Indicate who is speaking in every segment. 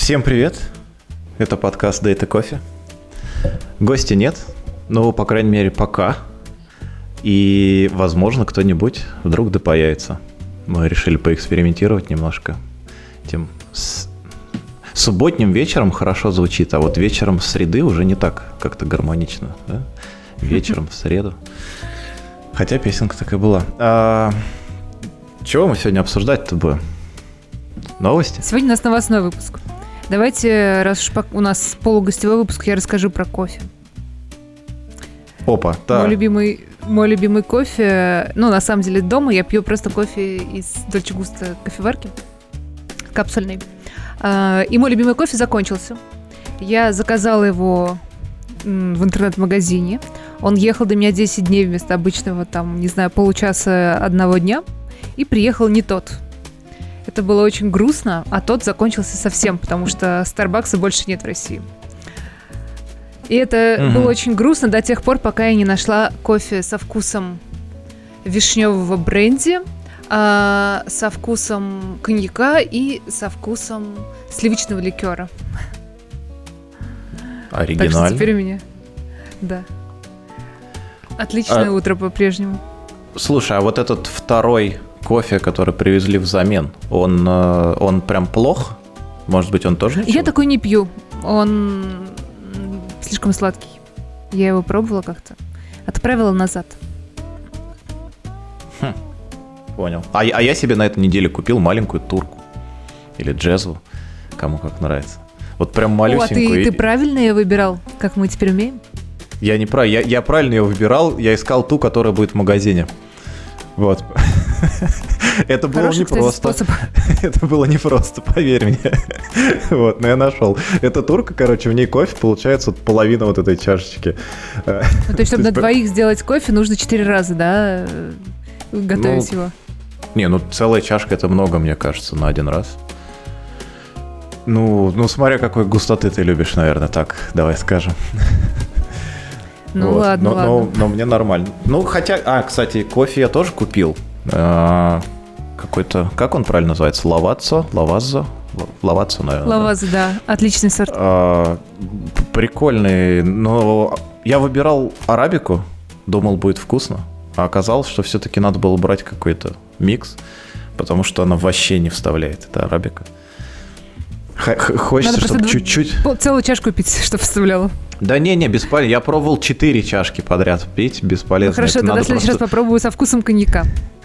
Speaker 1: Всем привет! Это подкаст Data Coffee. Гостя нет, но, по крайней мере, пока. И, возможно, кто-нибудь вдруг да появится. Мы решили поэкспериментировать немножко. Тем субботним вечером хорошо звучит, а вот вечером в среды уже не так как-то гармонично. Да? Вечером в среду. Хотя песенка такая была. Чего мы сегодня обсуждать-то будем? Новости?
Speaker 2: Сегодня у нас новостной выпуск. Давайте, раз уж у нас полугостевой выпуск, я расскажу про кофе.
Speaker 1: Опа, да.
Speaker 2: Мой любимый кофе, на самом деле дома я пью просто кофе из Dolce Gusto кофеварки, капсульный. И мой любимый кофе закончился. Я заказала его в интернет-магазине. Он ехал до меня 10 дней вместо обычного, получаса одного дня. И приехал не тот. Это было очень грустно, а тот закончился совсем, потому что Старбакса больше нет в России. И это было очень грустно до тех пор, пока я не нашла кофе со вкусом вишневого бренди, со вкусом коньяка и со вкусом сливочного ликера.
Speaker 1: Оригинально.
Speaker 2: Так что теперь у меня... Да. Отличное утро по-прежнему.
Speaker 1: Слушай, а вот этот второй кофе, который привезли взамен, он прям плох? Может быть, он тоже ничего?
Speaker 2: Я такой не пью. Он слишком сладкий. Я его пробовала как-то. Отправила назад.
Speaker 1: Понял. А я себе на этой неделе купил маленькую турку. Или джезву. Кому как нравится. Вот прям малюсенькую.
Speaker 2: Ты правильно ее выбирал, как мы теперь умеем?
Speaker 1: Я не прав. Я правильно ее выбирал. Я искал ту, которая будет в магазине. Вот. Это было непросто. Это было непросто, поверь мне. Вот, но я нашел. Эта турка, в ней кофе получается половина вот этой чашечки.
Speaker 2: То есть, чтобы на двоих сделать кофе, нужно 4 раза, да, готовить его?
Speaker 1: Не, целая чашка это много, мне кажется, на один раз. Смотря какой густоты ты любишь, наверное, так, давай скажем.
Speaker 2: Ладно.
Speaker 1: Но мне нормально. Кстати, кофе я тоже купил. Какой-то, как он правильно называется? Лаваззо, наверное.
Speaker 2: Лаваззо, да. Отличный сорт.
Speaker 1: Прикольный. Но я выбирал арабику, думал, будет вкусно. А оказалось, что все-таки надо было брать какой-то микс, потому что она вообще не вставляет, эта арабика. Хочется, чтобы чуть-чуть...
Speaker 2: Целую чашку пить, чтобы вставляло.
Speaker 1: Да не, бесполезно. Я пробовал 4 чашки подряд пить, бесполезно.
Speaker 2: Хорошо, тогда в следующий раз попробую со вкусом коньяка.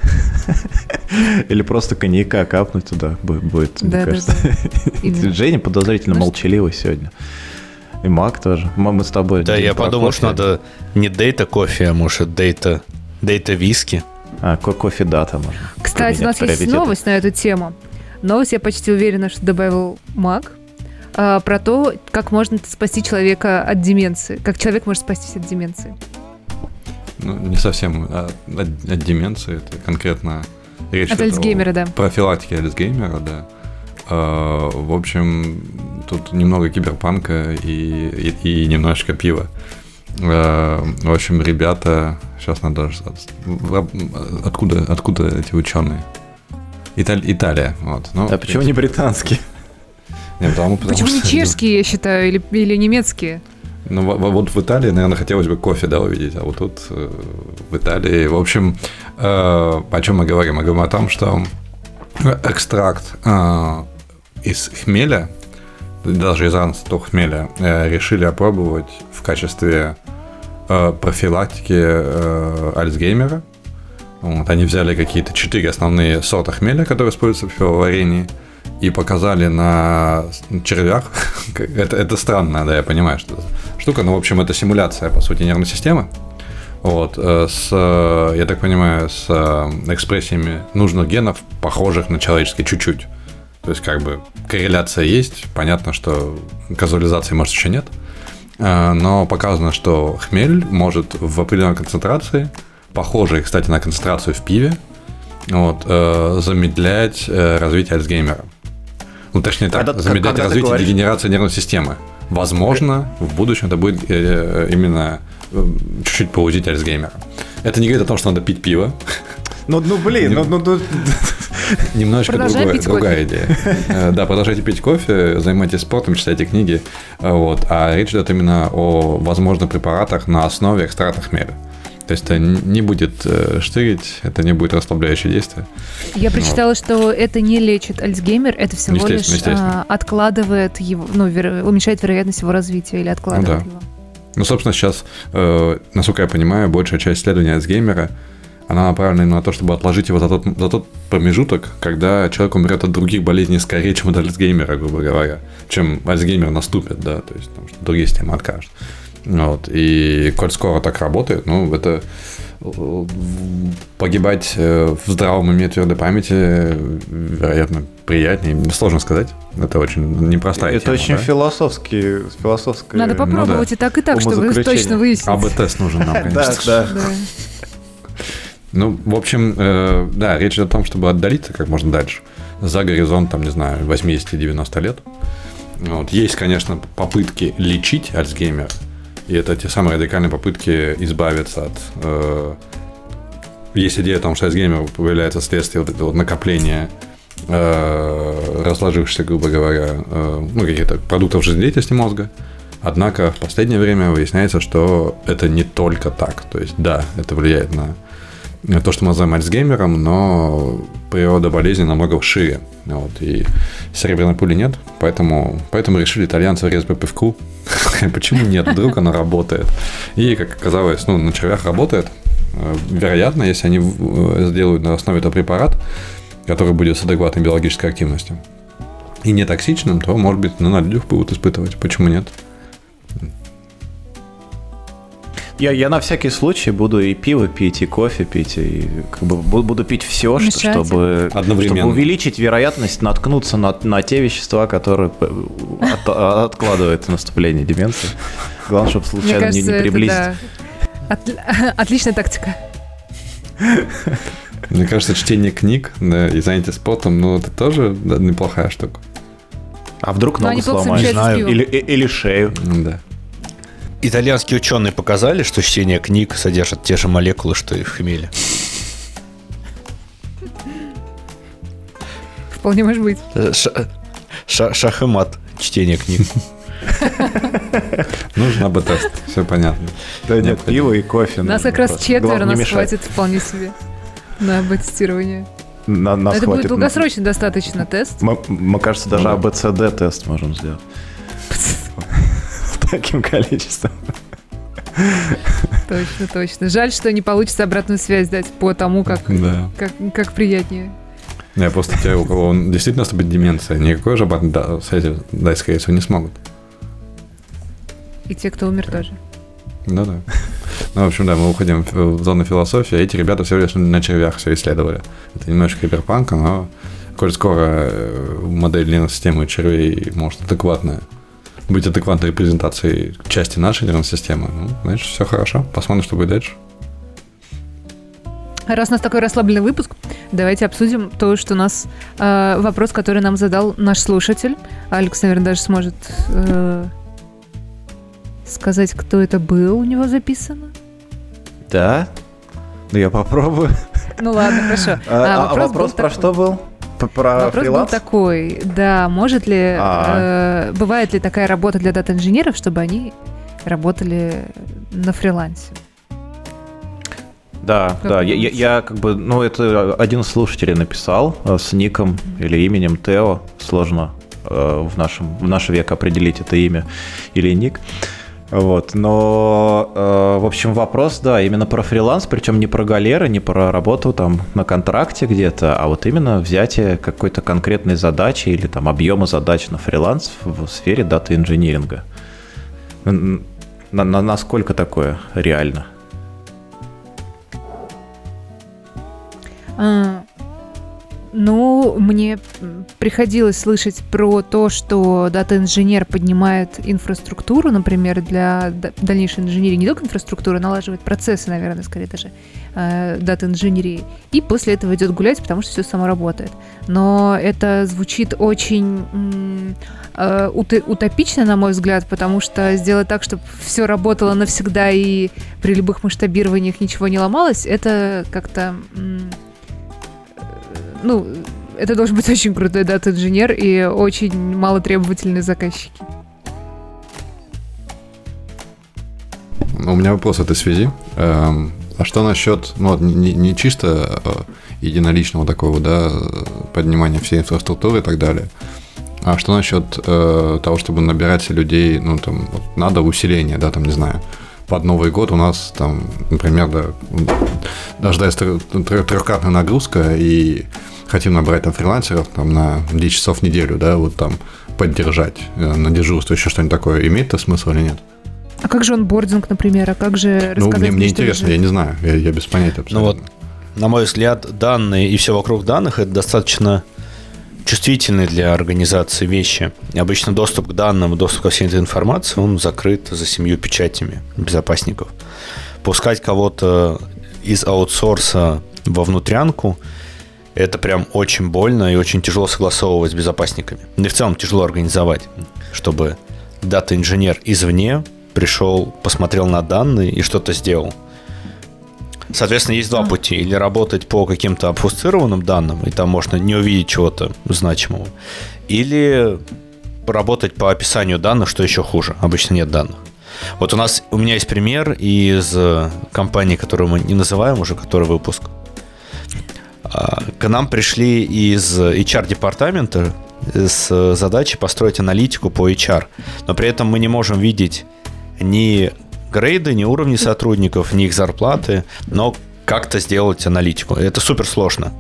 Speaker 1: Или просто коньяка капнуть туда будет, мне кажется. Женя подозрительно молчаливый сегодня. И Мак тоже. Мы с тобой.
Speaker 3: Да, я подумал, что надо не дейта кофе, а может дейта виски.
Speaker 1: Кофе дата можно.
Speaker 2: Кстати, у нас есть новость на эту тему. Новость, я почти уверена, что добавил Мак, про то, как можно спасти человека от деменции. Как человек может спастись от деменции.
Speaker 4: Не совсем от деменции, это конкретно речь
Speaker 2: от Альцгеймера, да.
Speaker 4: Профилактике Альцгеймера, да. В общем, тут немного киберпанка и немножечко пива. В общем, ребята, сейчас надо... Откуда эти ученые? Италия. Вот.
Speaker 1: А почему не британские?
Speaker 2: Почему не чешские, я считаю, или немецкие?
Speaker 4: Вот в Италии, наверное, хотелось бы кофе, увидеть, а вот тут в Италии, в общем, о чем мы говорим? Мы говорим о том, что экстракт из хмеля, даже из анцетов хмеля, решили опробовать в качестве профилактики Альцгеймера. Вот, они взяли какие-то 4 основные сорта хмеля, которые используются в пивоварении, и показали на червях. Это странно, да, я понимаю, что штука, но, в общем, это симуляция, по сути, нервной системы. Вот, я так понимаю, с экспрессиями нужных генов, похожих на человеческие чуть-чуть. То есть, корреляция есть, понятно, что казуализации, может, еще нет, но показано, что хмель может в определенной концентрации, похожей, кстати, на концентрацию в пиве, замедлять развитие Альцгеймера. Точнее так, замедлять развитие дегенерации нервной системы. Возможно, в будущем это будет именно чуть-чуть поузить Альцгеймера. Это не говорит о том, что надо пить пиво. Немножечко
Speaker 2: Продолжаем пить
Speaker 4: другая идея. Да, продолжайте пить кофе, занимайтесь спортом, читайте книги. Вот. А речь идет именно о возможных препаратах на основе экстракта хмеля. То есть это не будет штырить, это не будет расслабляющее действие.
Speaker 2: Я прочитала, что это не лечит Альцгеймер, это всего лишь откладывает его, уменьшает вероятность его развития или откладывает его.
Speaker 4: Ну, собственно, сейчас, насколько я понимаю, большая часть исследований Альцгеймера, она направлена именно на то, чтобы отложить его за тот промежуток, когда человек умрет от других болезней скорее, чем от Альцгеймера, грубо говоря, чем Альцгеймер наступит, да, то есть потому что другие системы откажут. Вот. И коль скоро так работает, ну, это погибать в здравом уме, твердой памяти, вероятно, приятнее. Сложно сказать. Это очень непростая
Speaker 1: это
Speaker 4: тема.
Speaker 1: Это очень философское.
Speaker 2: Надо попробовать и так, чтобы точно выяснить.
Speaker 4: АБ-тест нужен нам, конечно.
Speaker 1: Да.
Speaker 4: Ну, в общем, да, речь идет о том, чтобы отдалиться как можно дальше. За горизонт, там, не знаю, 80-90 лет. Вот. Есть, конечно, попытки лечить Альцгеймера. И это те самые радикальные попытки избавиться от... Есть идея о том, что Альцгеймер появляется вследствие вот этого накопления разложившихся, грубо говоря, каких-то продуктов жизнедеятельности мозга. Однако в последнее время выясняется, что это не только так. То есть, да, это влияет на то, что мы называем Альцгеймером, но природа болезни намного шире. Вот, и серебряной пули нет, поэтому решили итальянцы резать по пивку. Почему нет? Вдруг она работает. И, как оказалось, на червях работает. Вероятно, если они сделают на основе этого препарат, который будет с адекватной биологической активностью и не токсичным, то, может быть, на людях будут испытывать. Почему нет?
Speaker 1: Я на всякий случай буду и пиво пить, и кофе пить, и как бы буду пить все, чтобы увеличить вероятность наткнуться на те вещества, которые откладывают наступление деменции. Главное, чтобы случайно не приблизить.
Speaker 2: Отличная тактика.
Speaker 4: Мне кажется, чтение книг, да, и занятие спортом, это тоже неплохая штука.
Speaker 1: А вдруг ногу сломаешь? Или шею.
Speaker 4: Да.
Speaker 3: Итальянские ученые показали, что чтение книг содержит те же молекулы, что и в хмеле.
Speaker 2: Вполне может быть.
Speaker 3: Шах и мат. Чтение книг.
Speaker 4: Нужно АБ-тест. Все понятно.
Speaker 1: Да нет, пиво и кофе.
Speaker 2: Нас как раз четверо, нас хватит вполне себе на АБ-тестирование. Это будет долгосрочный достаточно тест.
Speaker 1: Мы, кажется, даже АБ-ЦД-тест можем сделать. Таким количеством.
Speaker 2: Точно. Жаль, что не получится обратную связь дать по тому, как приятнее.
Speaker 4: Я просто те, у кого действительно наступит деменция, никакой же обратной связи дать, скорее всего, не смогут.
Speaker 2: И те, кто умер тоже.
Speaker 4: Да. В общем, да, мы уходим в зону философии, а эти ребята все лишь на червях все исследовали. Это немножко киберпанка, но коль скоро модель нервной системы червей может быть адекватной репрезентацией части нашей нервной системы, значит, все хорошо. Посмотрим, что будет дальше.
Speaker 2: Раз у нас такой расслабленный выпуск, давайте обсудим то, что у нас вопрос, который нам задал наш слушатель. Алекс, наверное, даже сможет сказать, кто это был, у него записано.
Speaker 1: Да? Я попробую.
Speaker 2: Ну ладно, хорошо.
Speaker 1: Вопрос про что был? Про
Speaker 2: вопрос
Speaker 1: фриланс?
Speaker 2: Был такой, да, может ли, бывает ли такая работа для дата-инженеров, чтобы они работали на фрилансе?
Speaker 1: Да, я как бы, это один из слушателей написал с ником или именем Тео, сложно в наш век определить это имя или ник. Вот, но, в общем, вопрос, да, именно про фриланс, причем не про галеры, не про работу там на контракте где-то, а вот именно взятие какой-то конкретной задачи или там объема задач на фриланс в сфере дата-инжиниринга. Насколько такое реально?
Speaker 2: Мне приходилось слышать про то, что дата-инженер поднимает инфраструктуру, например, для дальнейшей инженерии, не только инфраструктуру, налаживает процессы, наверное, скорее даже дата-инженерии, и после этого идет гулять, потому что все само работает. Но это звучит очень утопично, на мой взгляд, потому что сделать так, чтобы все работало навсегда и при любых масштабированиях ничего не ломалось, это как-то... это должен быть очень крутой дата-инженер и очень малотребовательные заказчики.
Speaker 4: У меня вопрос в этой связи. А что насчет, ну, не чисто единоличного такого, да, поднимания всей инфраструктуры и так далее, а что насчет того, чтобы набирать людей, ну, там, вот, надо усиление, да, там, не знаю, под Новый год у нас, там, например, да, дождаясь трехкратная нагрузка и хотим набрать там фрилансеров там, на 10 часов в неделю, да, вот там поддержать на дежурство, еще что-нибудь такое, имеет это смысл или нет?
Speaker 2: А как же онбординг, например? А как же рассказать?
Speaker 4: Ну, мне интересно, я не знаю, я без понятия абсолютно.
Speaker 3: Ну вот, на мой взгляд, данные и все вокруг данных – это достаточно чувствительные для организации вещи. Обычно доступ к данным, доступ ко всей этой информации, он закрыт за 7 печатями безопасников. Пускать кого-то из аутсорса во внутрянку – это прям очень больно и очень тяжело согласовывать с безопасниками. Да и в целом тяжело организовать, чтобы дата-инженер извне пришел, посмотрел на данные и что-то сделал. Соответственно, есть два пути. Или работать по каким-то обфусцированным данным, и там можно не увидеть чего-то значимого. Или работать по описанию данных, что еще хуже. Обычно нет данных. Вот у меня есть пример из компании, которую мы не называем уже, который выпуск. К нам пришли из HR-департамента с задачей построить аналитику по HR. Но при этом мы не можем видеть ни грейды, ни уровни сотрудников, ни их зарплаты, но как-то сделать аналитику. Это супер сложно.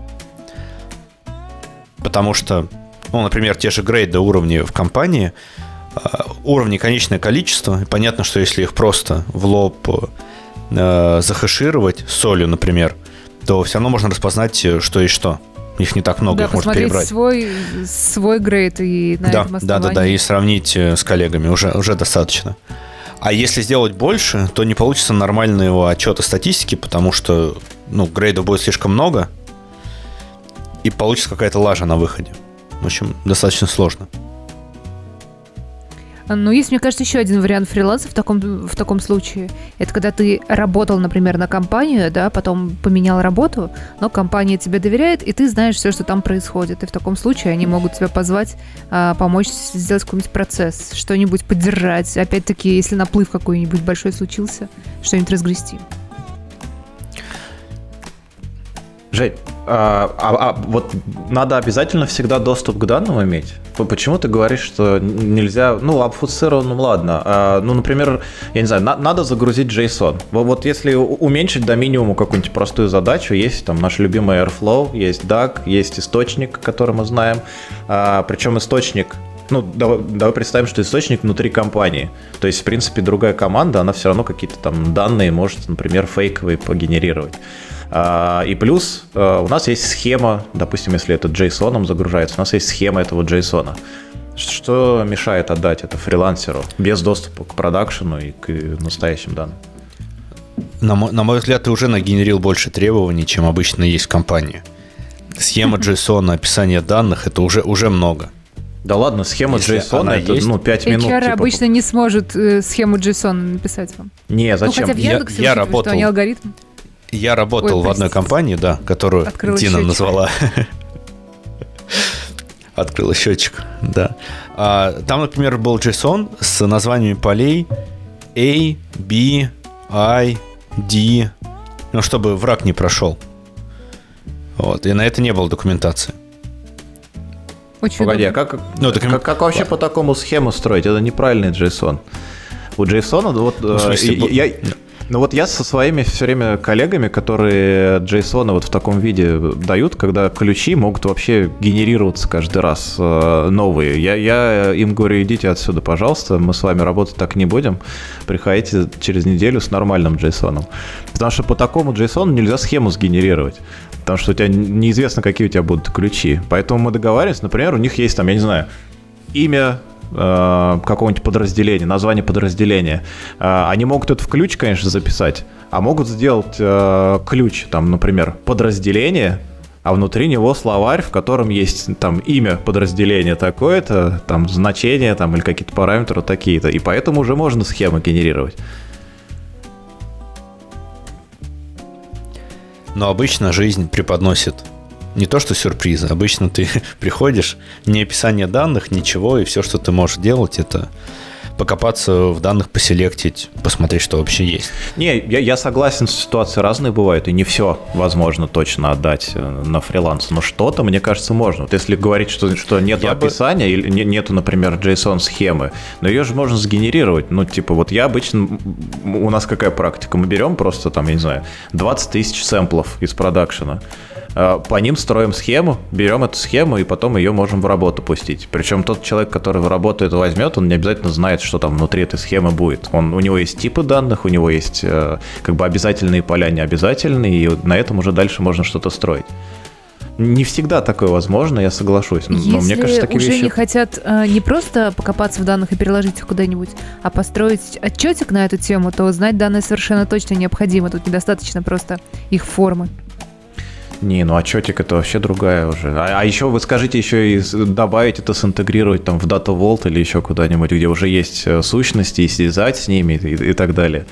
Speaker 3: Потому что, ну, например, те же грейды, уровни в компании, уровни конечное количество. И понятно, что если их просто в лоб захэшировать солью, например, то все равно можно распознать, что и что. Их не так много,
Speaker 2: да,
Speaker 3: их можно перебрать.
Speaker 2: свой грейд и на этом основании.
Speaker 3: Да, и сравнить с коллегами уже достаточно. А если сделать больше, то не получится нормального отчета статистики, потому что, ну, грейдов будет слишком много, и получится какая-то лажа на выходе. В общем, достаточно сложно.
Speaker 2: Ну, есть, мне кажется, еще один вариант фриланса в таком случае. Это когда ты работал, например, на компанию, да, потом поменял работу, но компания тебе доверяет, и ты знаешь все, что там происходит. И в таком случае они могут тебя позвать, помочь сделать какой-нибудь процесс, что-нибудь поддержать. Опять-таки, если наплыв какой-нибудь большой случился, что-нибудь разгрести.
Speaker 1: Жень, вот надо обязательно всегда доступ к данным иметь? Почему ты говоришь, что нельзя, ну, обфусцированным, ладно. Ну, например, я не знаю, надо загрузить JSON. Вот если уменьшить до минимума какую-нибудь простую задачу, есть там наш любимый Airflow, есть DAG, есть источник, который мы знаем. Причем источник, ну, давай представим, что источник внутри компании. То есть, в принципе, другая команда, она все равно какие-то там данные может, например, фейковые погенерировать. И плюс у нас есть схема, допустим, если это JSON загружается, у нас есть схема этого JSON. Что мешает отдать это фрилансеру без доступа к продакшену и к настоящим данным?
Speaker 3: На мой взгляд, ты уже нагенерил больше требований, чем обычно есть в компании. Схема JSON, описание данных – это уже много.
Speaker 1: Да ладно, схема
Speaker 3: если
Speaker 1: JSON это
Speaker 3: есть,
Speaker 1: 5 минут.
Speaker 2: HR
Speaker 1: типа
Speaker 2: обычно не сможет схему JSON написать вам.
Speaker 1: Не, зачем?
Speaker 2: Ну, хотя в Яндексе,
Speaker 3: я
Speaker 2: что
Speaker 3: работал.
Speaker 2: они алгоритм.
Speaker 3: Я работал в одной компании, да, которую
Speaker 2: Открыла
Speaker 3: Дина
Speaker 2: счетчик.
Speaker 3: назвала. Открыла счетчик, да. Там, например, был JSON с названиями полей A, B, I, D, ну, чтобы враг не прошел. Вот, и на это не было документации.
Speaker 2: Очень
Speaker 1: Погоди, а
Speaker 2: удобно.
Speaker 1: как вообще по такому схему строить? Это неправильный JSON. У JSON, вот,
Speaker 3: Ну, в смысле,
Speaker 1: ну вот я со своими все время коллегами, которые JSON вот в таком виде дают, когда ключи могут вообще генерироваться каждый раз новые. Я им говорю, идите отсюда, пожалуйста, мы с вами работать так не будем, приходите через неделю с нормальным JSON. Потому что по такому JSON нельзя схему сгенерировать. Потому что у тебя неизвестно, какие у тебя будут ключи. Поэтому мы договариваемся, например, у них есть там, я не знаю, имя какого-нибудь подразделения, название подразделения. Они могут это в ключ, конечно, записать, а могут сделать ключ, там, например, подразделение, а внутри него словарь, в котором есть там имя подразделения такое-то, там значение там, или какие-то параметры такие-то. И поэтому уже можно схемы генерировать.
Speaker 3: Но обычно жизнь преподносит не то что сюрпризы. Обычно ты приходишь, не описание данных, ничего, и все, что ты можешь делать, это покопаться в данных, поселектить, посмотреть, что вообще есть.
Speaker 1: Не, я согласен, ситуации разные бывают, и не все возможно точно отдать на фриланс, но что-то, мне кажется, можно. Вот если говорить, что нету описания, или нету, например, JSON-схемы, но ее же можно сгенерировать. Ну, типа, вот я обычно, у нас какая практика? Мы берем просто, там, я не знаю, 20 тысяч сэмплов из продакшена, по ним строим схему, берем эту схему и потом ее можем в работу пустить. Причем тот человек, который в работу это возьмет, он не обязательно знает, что там внутри этой схемы будет. У него есть типы данных, у него есть как бы обязательные поля, необязательные, и на этом уже дальше можно что-то строить. Не всегда такое возможно, я соглашусь. Но мне кажется, такие
Speaker 2: уже
Speaker 1: вещи...
Speaker 2: не хотят не просто покопаться в данных и переложить их куда-нибудь, а построить отчетик на эту тему, то знать данные совершенно точно необходимо. Тут недостаточно просто их формы.
Speaker 1: Не, ну отчетик это вообще другая уже. А еще вы скажите еще и добавить это, синтегрировать там в Data Vault или еще куда-нибудь, где уже есть сущности, и связать с ними и так далее.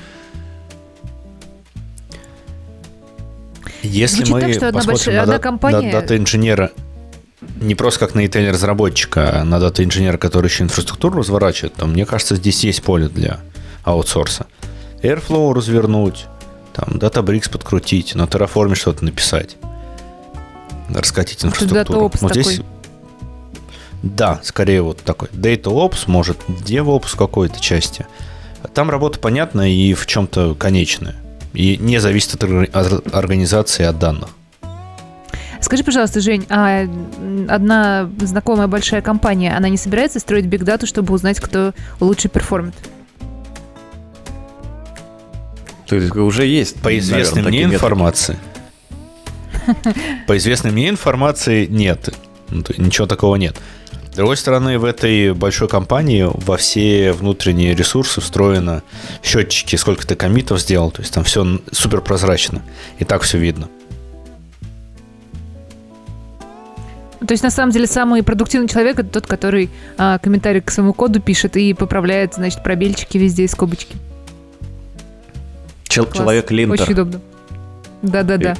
Speaker 3: Если
Speaker 2: звучит
Speaker 3: мы
Speaker 2: так, что
Speaker 3: посмотрим
Speaker 2: одна
Speaker 3: на
Speaker 2: компания...
Speaker 3: дата-инженера, не просто как на ETL-разработчика, а на дата-инженера, который еще инфраструктуру разворачивает, то, мне кажется, здесь есть поле для аутсорса. Airflow развернуть, там, Databricks подкрутить, на Terraform что-то написать. Раскатить инфраструктуру.
Speaker 2: DataOps
Speaker 3: вот
Speaker 2: такой.
Speaker 3: здесь, да, скорее вот такой. DataOps, может, DevOps в какой-то части. Там работа понятна и в чем-то конечная. И не зависит от организации, от данных.
Speaker 2: Скажи, пожалуйста, Жень, а одна знакомая большая компания, она не собирается строить бигдату, чтобы узнать, кто лучше перформит?
Speaker 1: То есть уже есть,
Speaker 3: по известной мне информации. По известной мне информации нет. Ничего такого нет. С другой стороны, в этой большой компании во все внутренние ресурсы встроено счетчики, сколько ты коммитов сделал. То есть там все супер прозрачно. И так все видно.
Speaker 2: То есть, на самом деле, самый продуктивный человек — это тот, который комментарий к своему коду пишет и поправляет, значит, пробельчики везде и скобочки.
Speaker 1: Человек-линтер.
Speaker 2: Очень удобно. Да-да-да.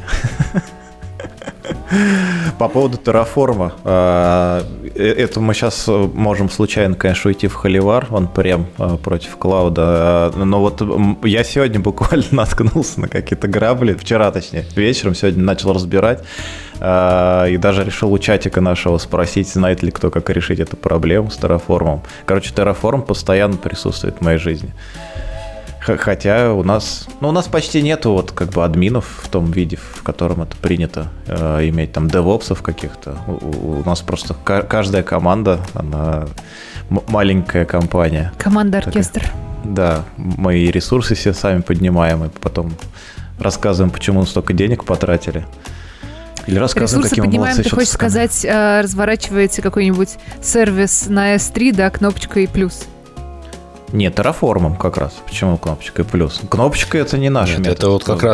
Speaker 1: По поводу Terraform, это мы сейчас можем случайно, конечно, уйти в холивар, он прям против клауда, но вот я сегодня буквально наткнулся на какие-то грабли, вчера, точнее, вечером, сегодня начал разбирать, и даже решил у чатика нашего спросить, знает ли кто, как решить эту проблему с Terraform. Короче, Terraform постоянно присутствует в моей жизни. Хотя у нас почти нету вот как бы админов в том виде, в котором это принято иметь, там девопсов каких-то. У нас просто каждая команда, она маленькая компания.
Speaker 2: Команда-оркестр.
Speaker 1: Да, мы и ресурсы все сами поднимаем, и потом рассказываем, почему мы столько денег потратили. Или рассказываем,
Speaker 2: ресурсы
Speaker 1: какие мы
Speaker 2: поднимаем,
Speaker 1: молодцы.
Speaker 2: ты хочешь сказать, разворачиваете какой-нибудь сервис на S3, да, кнопочкой плюс?
Speaker 1: Нет, Terraform как раз. Почему кнопочкой плюс? Кнопочка — это не наш метод.
Speaker 3: Это вот как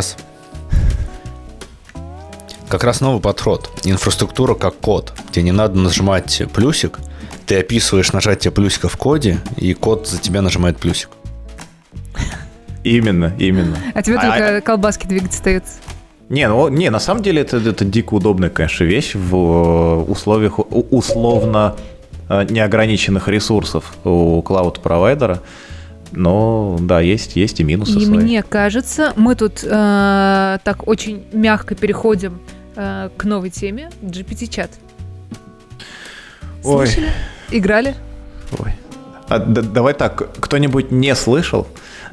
Speaker 3: раз новый подход. Инфраструктура как код. Тебе не надо нажимать плюсик, ты описываешь нажатие плюсика в коде, и код за тебя нажимает плюсик.
Speaker 1: Именно.
Speaker 2: А тебе только колбаски двигать остается.
Speaker 1: Не, на самом деле это дико удобная, конечно, вещь в условиях условно неограниченных ресурсов у клауд-провайдера. Но да, есть и минусы
Speaker 2: и
Speaker 1: свои.
Speaker 2: Мне кажется, мы тут так очень мягко переходим к новой теме. GPT-чат. Слышали? Играли?
Speaker 1: Ой. Давай так, кто-нибудь не слышал?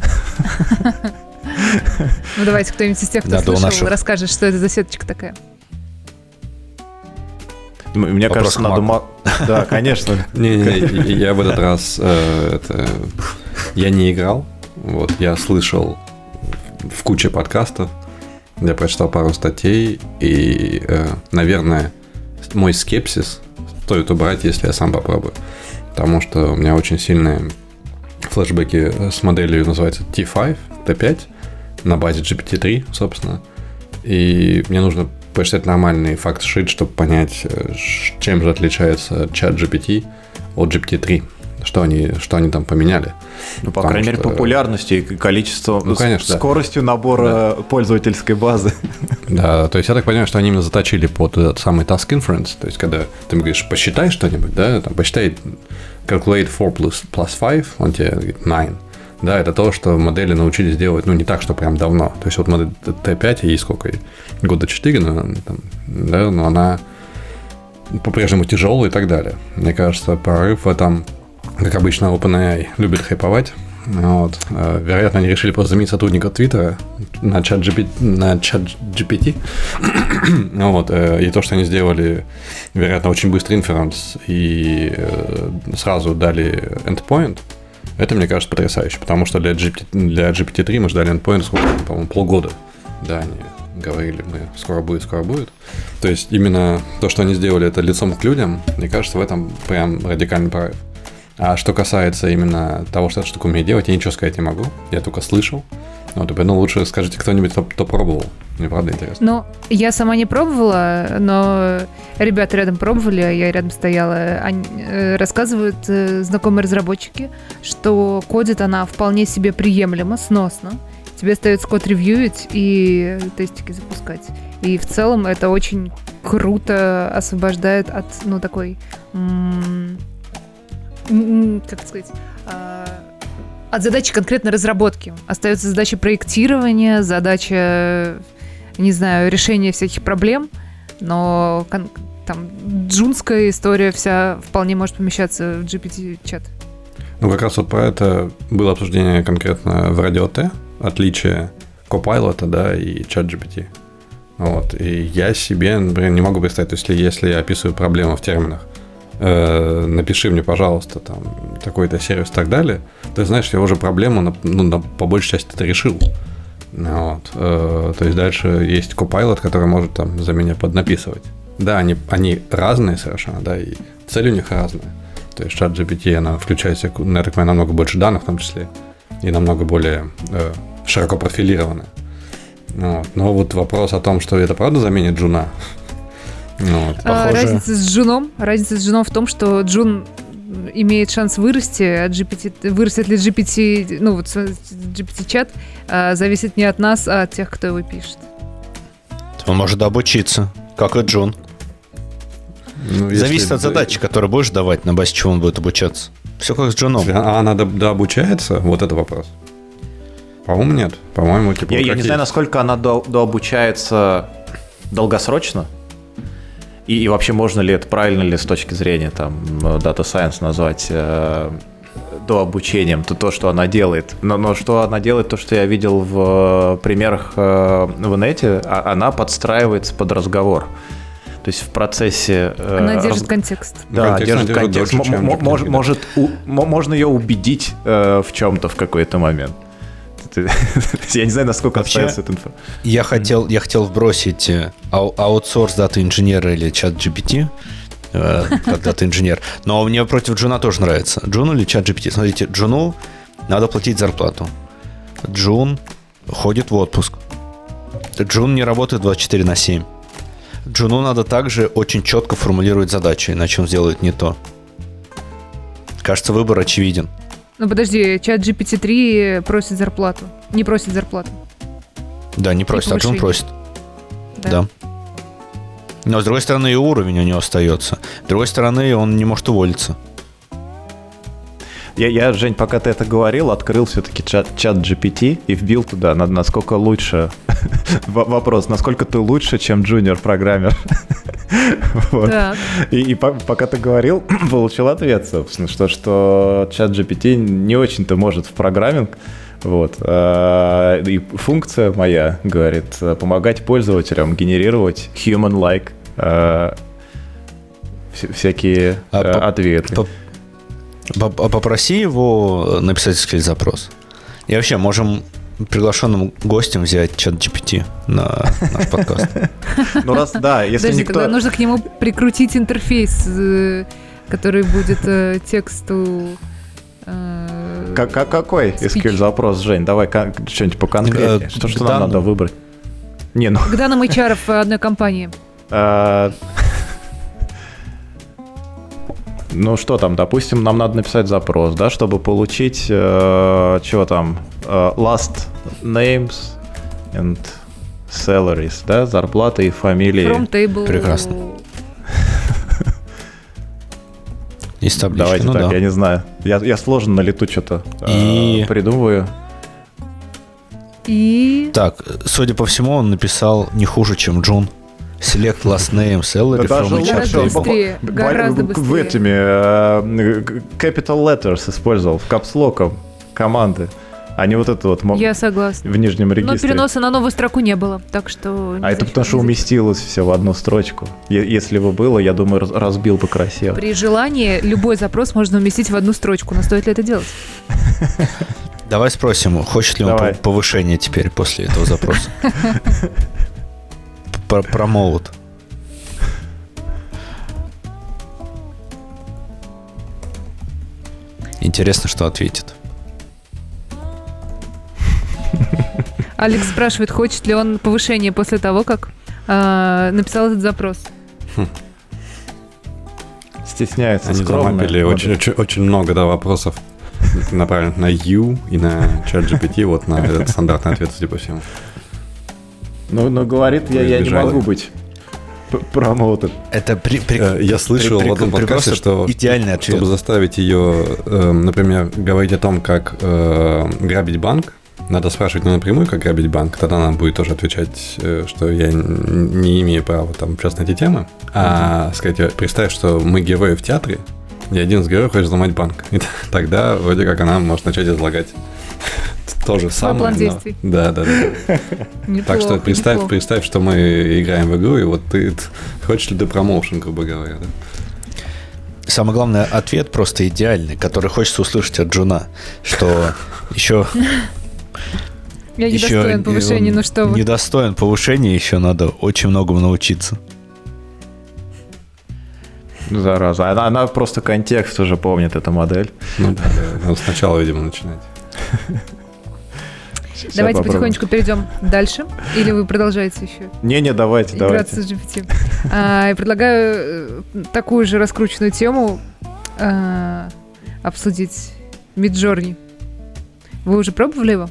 Speaker 2: Ну давайте, кто-нибудь из тех, кто слышал, расскажет, что это за сеточка такая.
Speaker 1: Мне кажется, надо... Да, конечно.
Speaker 4: Не, я в этот раз я не играл. Вот, я слышал в куче подкастов, я прочитал пару статей, и, наверное, мой скепсис стоит убрать, если я сам попробую. Потому что у меня очень сильные флешбеки с моделью, называется T5, T5, на базе GPT-3, собственно. И мне нужно почитать нормальный факт-шит, чтобы понять, чем же отличается чат GPT от GPT-3. что они там поменяли.
Speaker 1: Ну, по крайней мере, популярностью и количеством,
Speaker 4: ну, конечно,
Speaker 1: скоростью набора пользовательской базы.
Speaker 4: Да, то есть я так понимаю, что они именно заточили под этот самый task inference, то есть когда ты говоришь, посчитай что-нибудь, да, там, посчитай calculate 4 plus 5, он тебе говорит 9. Да, это то, что модели научились делать, ну, не так, что прям давно. То есть вот модель T5, ей сколько? Года 4, да, но она по-прежнему тяжелая и так далее. Мне кажется, прорыв в этом, как обычно, OpenAI любит хайповать. Вот. Вероятно, они решили просто заменить сотрудника Твиттера на ChatGPT. Вот. И то, что они сделали, вероятно, очень быстрый инференс и сразу дали endpoint, это, мне кажется, потрясающе, потому что для GPT-3 мы ждали endpoint, сколько, по-моему, полгода. Да, они говорили, мы скоро будет. То есть именно то, что они сделали, это лицом к людям, мне кажется, в этом прям радикальный прорыв. А что касается именно того, что эта штука умеет делать, я ничего сказать не могу. Я только слышал. Вот, ну, лучше скажите кто-нибудь, кто пробовал. Мне правда интересно.
Speaker 2: Ну, я сама не пробовала, но ребята рядом пробовали, я рядом стояла. Они рассказывают знакомые разработчики, что кодит она вполне себе приемлемо, сносно. Тебе остается код ревьюить и тестики запускать. И в целом это очень круто освобождает от, ну, такой... как сказать, от задачи конкретно разработки. Остается задача проектирования, задача, не знаю, решения всяких проблем, но там джунская история вся вполне может помещаться в GPT-чат.
Speaker 4: Ну, как раз вот про это было обсуждение конкретно в Радио Т, отличие Copilot, да, и ChatGPT. Вот. И я себе, например, не могу представить, то есть, если я описываю проблему в терминах, напиши мне, пожалуйста, там, такой-то сервис и так далее, ты знаешь, я уже проблему, по большей части это решил. Вот. То есть дальше есть Copilot, который может там за меня поднаписывать. Да, они разные совершенно, да, и цель у них разная. То есть ChatGPT, она включает в себя, я так понимаю, намного больше данных в том числе, и намного более широко профилированная. Вот. Но вот вопрос о том, что это правда заменит Джуна. Вот,
Speaker 2: разница с Джуном в том, что Джун имеет шанс вырасти, а вырастет ли GPT, ну вот GPT-чат, зависит не от нас, а от тех, кто его пишет.
Speaker 3: Он может обучиться, как и Джун. Ну, зависит от задачи, которую будешь давать, на базе чего он будет обучаться. Все как с Джуном.
Speaker 4: А она дообучается? Вот это вопрос. По-моему, нет. По-моему, типа...
Speaker 1: Я не знаю, насколько она дообучается долгосрочно. И вообще можно ли это, правильно ли с точки зрения там Data Science назвать дообучением, то, что она делает. Но что она делает, то, что я видел в примерах в инете, она подстраивается под разговор. То есть в процессе...
Speaker 2: Она держит контекст.
Speaker 1: Да, держит контекст. Можно ее убедить в чем-то в какой-то момент. Я не знаю, насколько остается эта информация.
Speaker 3: Я хотел вбросить аутсорс дата-инженера или чат-GPT, как дата-инженер, но мне против Джуна тоже нравится. Джун или чат-GPT? Смотрите, Джуну надо платить зарплату. Джун ходит в отпуск. Джун не работает 24/7. Джуну надо также очень четко формулировать задачи, иначе он сделает не то. Кажется, выбор очевиден.
Speaker 2: Ну подожди, чат GPT-3 просит зарплату. Не просит зарплату.
Speaker 3: Да, не просит, а Джун просит. Да. Но с другой стороны, и уровень у него остается. С другой стороны, он не может уволиться.
Speaker 1: Я, Жень, пока ты это говорил, открыл все-таки чат GPT и вбил туда, насколько лучше. Вопрос, насколько ты лучше, чем джуниор-программер. Вот. И пока ты говорил, получил ответ, собственно, что чат GPT не очень-то может в программинг. Вот. И функция моя, говорит, помогать пользователям генерировать human-like всякие ответы.
Speaker 3: Попроси его написать скрипт-запрос. И вообще можем приглашенным гостем взять чат GPT на наш подкаст.
Speaker 1: Ну раз, да, если
Speaker 2: подожди,
Speaker 1: никто...
Speaker 2: тогда нужно к нему прикрутить интерфейс, который будет тексту...
Speaker 1: Какой SQL-запрос, Жень? Давай что-нибудь поконкретнее. Что нам надо выбрать? Не, ну...
Speaker 2: К данным HR одной компании.
Speaker 1: Ну что там, допустим, нам надо написать запрос, да, чтобы получить, чего там, last names and salaries, да, зарплаты и фамилии.
Speaker 2: From table.
Speaker 3: Прекрасно. Из таблички,
Speaker 1: Давайте так, я не знаю. Я сложно на лету что-то придумываю.
Speaker 2: И...
Speaker 3: Так, судя по всему, он написал не хуже, чем Джун. Select last name, salary
Speaker 1: Даже
Speaker 3: from each
Speaker 2: лучше.
Speaker 3: table.
Speaker 2: Гораздо быстрее.
Speaker 1: Этими capital letters использовал, в капслоком команды, а не вот это вот
Speaker 2: Я согласна.
Speaker 1: в нижнем
Speaker 2: Но
Speaker 1: регистре.
Speaker 2: переноса на новую строку не было, так что...
Speaker 1: А это потому что уместилось все в одну строчку. Если бы было, я думаю, разбил бы красиво.
Speaker 2: При желании любой запрос можно уместить в одну строчку, но стоит ли это делать?
Speaker 3: Давай спросим, хочет ли он
Speaker 1: Давай.
Speaker 3: повышения теперь после этого запроса. Промоут. Интересно, что ответит.
Speaker 2: Алекс спрашивает, хочет ли он повышение после того, как написал этот запрос.
Speaker 1: Стесняется,
Speaker 4: Они
Speaker 1: скромно.
Speaker 4: замапили очень много вопросов, направленных на You и на ChatGPT, вот на этот стандартный ответ, судя по всему.
Speaker 1: Ну, говорит, я не
Speaker 4: Избежали.
Speaker 1: могу быть промоутер.
Speaker 3: Это
Speaker 4: Я слышал в одном подкасте, что
Speaker 3: идеальный ответ.
Speaker 4: чтобы заставить ее, например, говорить о том, как грабить банк, надо спрашивать напрямую, как грабить банк, тогда она будет тоже отвечать, что я не имею права там сейчас на эти темы, а сказать, представь, что мы герои в театре, и один из героев хочет взломать банк. И тогда вроде как она может начать излагать то же самое.
Speaker 2: план действий.
Speaker 4: Да. Так что представь, что мы играем в игру, и вот ты хочешь ли ты промоушен, грубо говоря, да?
Speaker 3: Самый главный ответ просто идеальный, который хочется услышать от Джуна, что еще...
Speaker 2: Я не достоин повышения, ну что вы.
Speaker 3: Недостоин повышения, еще надо очень многому научиться.
Speaker 1: Зараза. Она просто контекст уже помнит, эта модель.
Speaker 4: Ну да, надо сначала, видимо, начинать.
Speaker 2: Давайте
Speaker 1: попробуем.
Speaker 2: потихонечку перейдем дальше. Или вы продолжаете еще
Speaker 1: Давайте.
Speaker 2: играться с GPT? Я предлагаю такую же раскрученную тему обсудить. Midjourney. Вы уже пробовали его?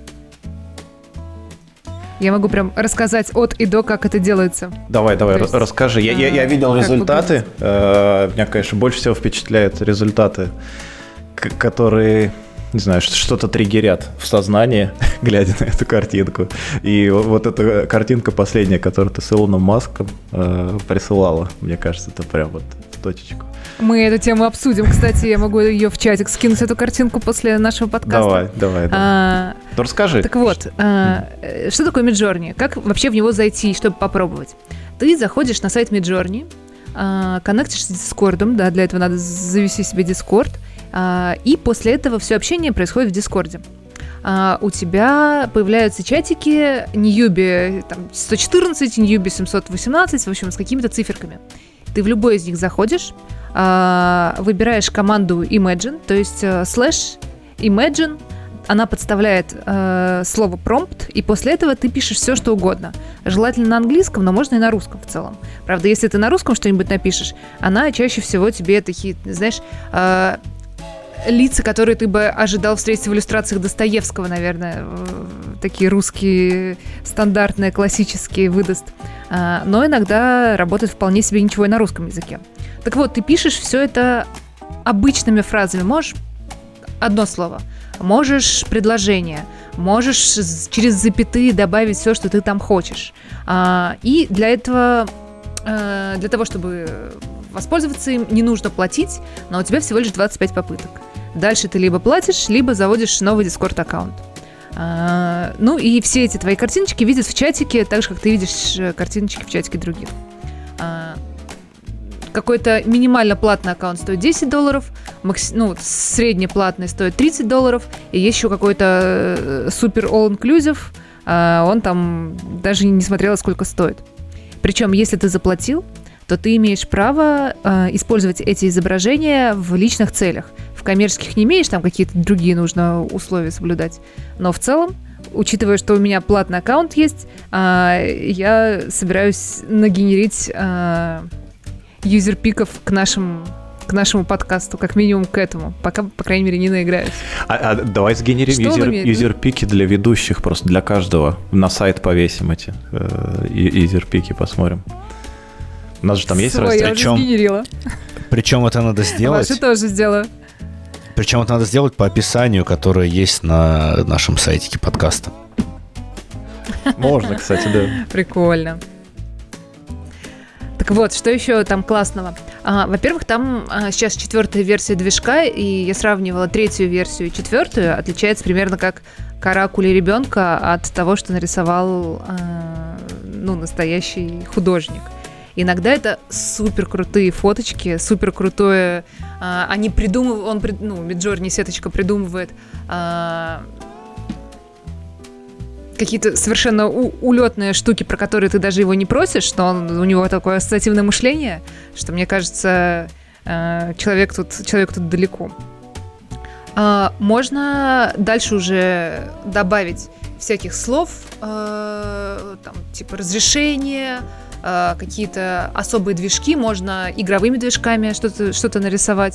Speaker 2: Я могу прям рассказать от и до, как это делается.
Speaker 1: Давай,
Speaker 2: То есть,
Speaker 1: расскажи. Я видел
Speaker 2: как
Speaker 1: результаты. Меня, конечно, больше всего впечатляют результаты, которые, не знаю, что-то триггерят в сознании, глядя на эту картинку. И вот эта картинка последняя, которую ты с Илоном Маском присылала, мне кажется, это прям вот в точечку.
Speaker 2: Мы эту тему обсудим. Кстати, я могу ее в чатик скинуть, эту картинку, после нашего подкаста.
Speaker 1: Давай. Ну, расскажи.
Speaker 2: Так вот, что такое Midjourney? Как вообще в него зайти, чтобы попробовать? Ты заходишь на сайт Midjourney, коннектишься с Дискордом, да, для этого надо завести себе Дискорд, и после этого все общение происходит в Дискорде. У тебя появляются чатики Ньюби 114, Ньюби 718, в общем, с какими-то циферками. Ты в любой из них заходишь, выбираешь команду Imagine, то есть /Imagine, она подставляет слово prompt, и после этого ты пишешь все, что угодно. Желательно на английском, но можно и на русском в целом. Правда, если ты на русском что-нибудь напишешь, она чаще всего тебе такие, знаешь, лица, которые ты бы ожидал встретить в иллюстрациях Достоевского, наверное, такие русские, стандартные, классические выдаст. Но иногда работает вполне себе ничего и на русском языке. Так вот, ты пишешь все это обычными фразами. Можешь одно слово, можешь предложение, можешь через запятые добавить все, что ты там хочешь. И для этого, для того, чтобы воспользоваться им, не нужно платить, но у тебя всего лишь 25 попыток. Дальше ты либо платишь, либо заводишь новый Discord-аккаунт. Ну и все эти твои картиночки видят в чатике, так же, как ты видишь картиночки в чатике других. Какой-то минимально платный аккаунт стоит $10, среднеплатный стоит $30, и есть еще какой-то супер all-inclusive, он там даже не смотрела, сколько стоит. Причем, если ты заплатил, то ты имеешь право использовать эти изображения в личных целях. В коммерческих не имеешь, там какие-то другие нужно условия соблюдать. Но в целом, учитывая, что у меня платный аккаунт есть, я собираюсь нагенерить юзер-пиков к к нашему подкасту, как минимум к этому, пока, по крайней мере, не наиграюсь.
Speaker 1: Давай сгенерим юзер-пики для ведущих, просто для каждого. На сайт повесим эти юзер-пики, посмотрим. У нас же там есть
Speaker 2: раздел. Я уже сгенерила.
Speaker 3: Причем это надо сделать...
Speaker 2: Ваши тоже сделаю.
Speaker 3: Причем это надо сделать по описанию, которое есть на нашем сайтике подкаста.
Speaker 1: Можно, кстати, да.
Speaker 2: Прикольно. Так вот, что еще там классного? Во-первых, там сейчас 4-я версия движка, и я сравнивала 3-ю версию и 4-ю. Отличается примерно как каракули ребенка от того, что нарисовал настоящий художник. Иногда это супер крутые фоточки, супер крутое. Они придумывают, Midjourney сеточка придумывает какие-то совершенно улетные штуки, про которые ты даже его не просишь, но у него такое ассоциативное мышление, что, мне кажется, человек тут далеко. Можно дальше уже добавить всяких слов, там, типа разрешение, какие-то особые движки, можно игровыми движками что-то нарисовать.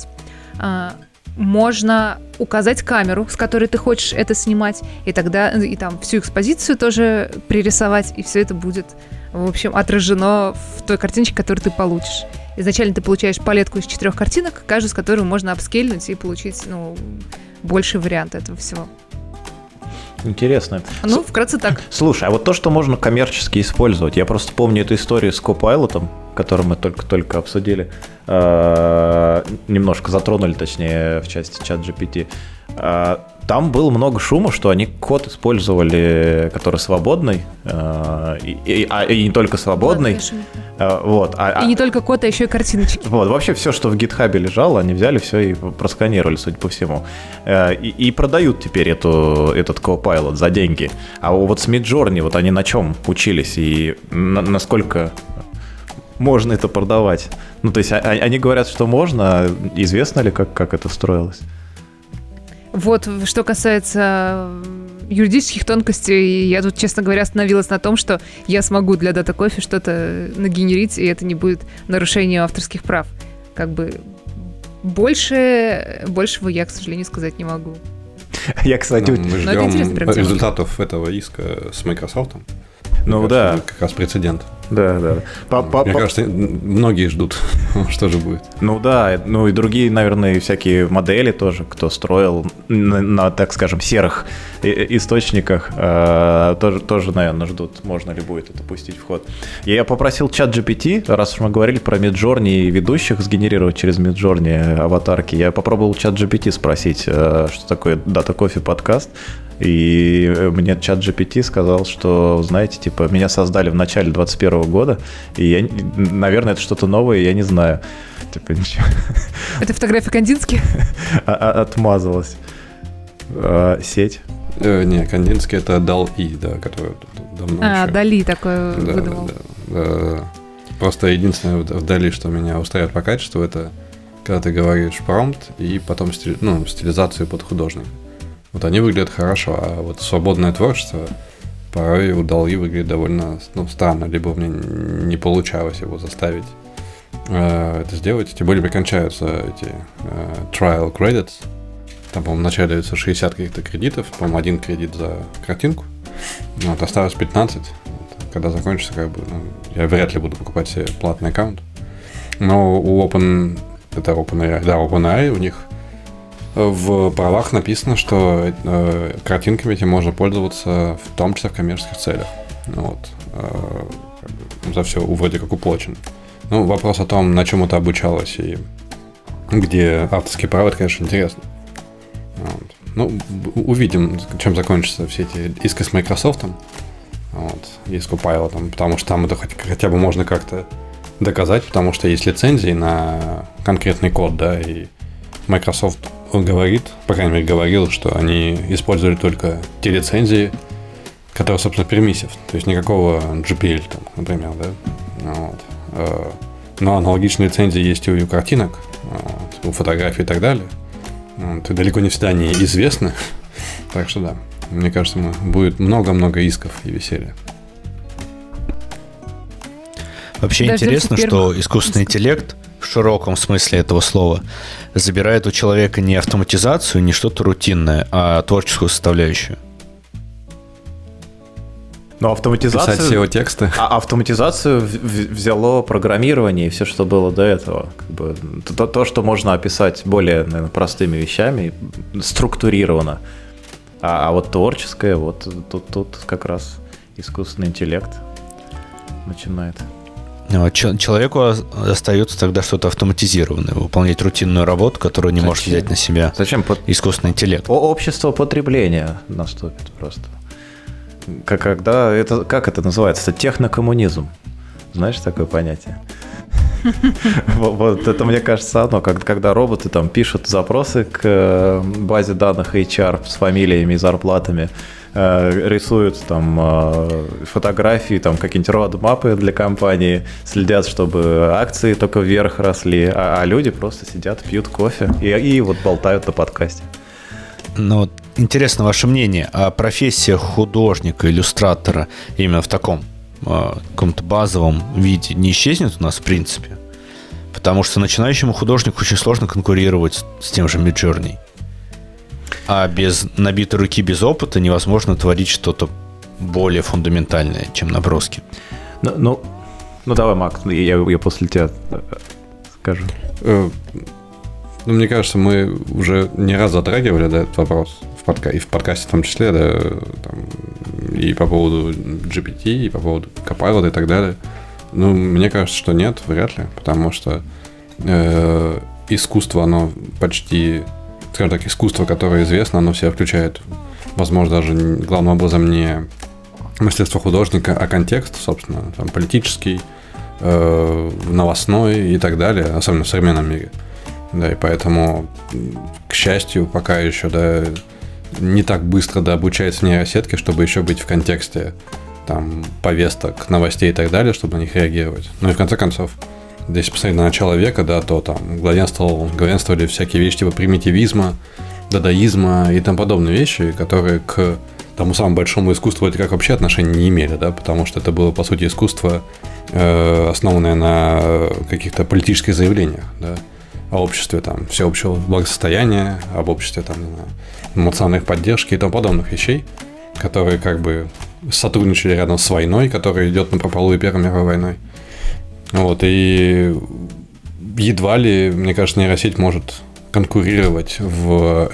Speaker 2: Можно указать камеру, с которой ты хочешь это снимать, и тогда и там всю экспозицию тоже пририсовать, и все это будет, в общем, отражено в той картиночке, которую ты получишь. Изначально ты получаешь палетку из 4 картинок, каждую из которых можно апскейльнуть и получить, больший вариант этого всего.
Speaker 1: Интересно.
Speaker 2: Вкратце так.
Speaker 1: Слушай, а вот то, что можно коммерчески использовать, я просто помню эту историю с Copilot, которую мы только обсудили, немножко затронули, точнее, в части ChatGPT. Там было много шума, что они код использовали, который свободный, и не только свободный.
Speaker 2: И не только код, а еще и картиночки.
Speaker 1: Вообще все, что в GitHub лежало, они взяли все и просканировали, судя по всему. И продают теперь этот Copilot за деньги. А вот с Midjourney, они на чем учились и насколько можно это продавать? То есть они говорят, что можно, известно ли, как это строилось?
Speaker 2: Вот, что касается юридических тонкостей, я тут, честно говоря, остановилась на том, что я смогу для Data Coffee что-то нагенерить, и это не будет нарушением авторских прав. Большего я, к сожалению, сказать не могу.
Speaker 1: Я, кстати...
Speaker 4: Мы ждем результатов этого иска с Microsoft.
Speaker 1: Да.
Speaker 4: Это как раз прецедент.
Speaker 1: Да.
Speaker 4: Мне кажется, многие ждут, что же будет.
Speaker 1: И другие, наверное, всякие модели тоже, кто строил на, так скажем, серых источниках, тоже, наверное, ждут, можно ли будет это пустить в ход. Я попросил ChatGPT, раз уж мы говорили про Midjourney и ведущих сгенерировать через Midjourney аватарки, я попробовал ChatGPT спросить, что такое Data Coffee подкаст. И мне ChatGPT сказал, что, знаете, меня создали в начале 2021 года, и наверное, это что-то новое, я не знаю. Ничего.
Speaker 2: Это фотография Кандински?
Speaker 1: Отмазалась. Сеть?
Speaker 4: Не, Кандински это DALL-E, да, который давно еще...
Speaker 2: DALL-E такое выдумал.
Speaker 4: Да. Просто единственное в DALL-E, что меня устраивает по качеству, это когда ты говоришь промпт и потом стилизацию под художника. Они выглядят хорошо, а вот свободное творчество порой у DALL-E выглядит довольно странно, либо мне не получалось его заставить это сделать. Тем более кончаются эти trial credits. Там, по-моему, вначале дается 60 каких-то кредитов, по-моему, 1 кредит за картинку. Осталось 15. Когда закончится, я вряд ли буду покупать себе платный аккаунт. Но у OpenAI, у них в правах написано, что картинками этим можно пользоваться, в том числе в коммерческих целях. За все вроде как уплачено. Вопрос о том, на чем это обучалось и где авторские права, это, конечно, интересно. Увидим, чем закончатся все эти иски с Microsoft, и с Copilot, потому что там это хотя бы можно как-то доказать, потому что есть лицензии на конкретный код, да, и Microsoft говорит, по крайней мере, говорил, что они использовали только те лицензии, которые, собственно, permissive, то есть никакого GPL, например, да. Но аналогичные лицензии есть и у картинок, у фотографий и так далее. И далеко не всегда они известны. Так что да, мне кажется, будет много-много исков и веселья.
Speaker 3: Вообще интересно, что искусственный интеллект в широком смысле этого слова, забирает у человека не автоматизацию, не что-то рутинное, а творческую составляющую.
Speaker 1: Но автоматизацию...
Speaker 4: Писать SEO-тексты.
Speaker 1: Автоматизацию взяло программирование и все, что было до этого. Как бы, то, что можно описать более, наверное, простыми вещами, структурировано. А вот творческое, вот тут как раз искусственный интеллект начинает.
Speaker 3: Человеку остается тогда что-то автоматизированное, выполнять рутинную работу, которую не может взять на себя искусственный интеллект.
Speaker 1: Общество потребления наступит просто. Как это называется? Технокоммунизм. Знаешь такое понятие? Вот это, мне кажется, оно, когда роботы там пишут запросы к базе данных HR с фамилиями и зарплатами, рисуют там фотографии, там какие-нибудь родмапы для компании, следят, чтобы акции только вверх росли, а люди просто сидят, пьют кофе и вот болтают на подкасте.
Speaker 3: Ну, интересно ваше мнение о профессиях художника, иллюстратора именно в таком каком-то базовом виде не исчезнет у нас в принципе? Потому что начинающему художнику очень сложно конкурировать с тем же Midjourney. А без набитой руки, без опыта невозможно творить что-то более фундаментальное, чем наброски.
Speaker 1: Ну давай, Мак, я после тебя скажу.
Speaker 4: Мне кажется, мы уже не раз затрагивали этот вопрос и в подкасте в том числе, да, там, и по поводу GPT, и по поводу Copilot и так далее. Ну, мне кажется, что нет, вряд ли, потому что искусство, оно почти, скажем так, искусство, которое известно, оно в себя включает, возможно, даже главным образом не мастерство художника, а контекст, собственно, там, политический, новостной и так далее, особенно в современном мире. Да, и поэтому, к счастью, пока еще, да, не так быстро обучается нейросетки, чтобы еще быть в контексте там повесток, новостей и так далее, чтобы на них реагировать. Ну и в конце концов, если посмотреть на начало века, да, то там главенствовали всякие вещи типа примитивизма, дадаизма и тому подобные вещи, которые к тому самому большому искусству вроде как вообще отношения не имели, да, потому что это было, по сути, искусство, основанное на каких-то политических заявлениях, да, о обществе там всеобщего благосостояния, об обществе там, эмоциональной поддержки и тому подобных вещей, которые как бы сотрудничали рядом с войной, которая идет напропалую и Первой мировой войной. Вот, и едва ли, мне кажется, нейросеть может конкурировать в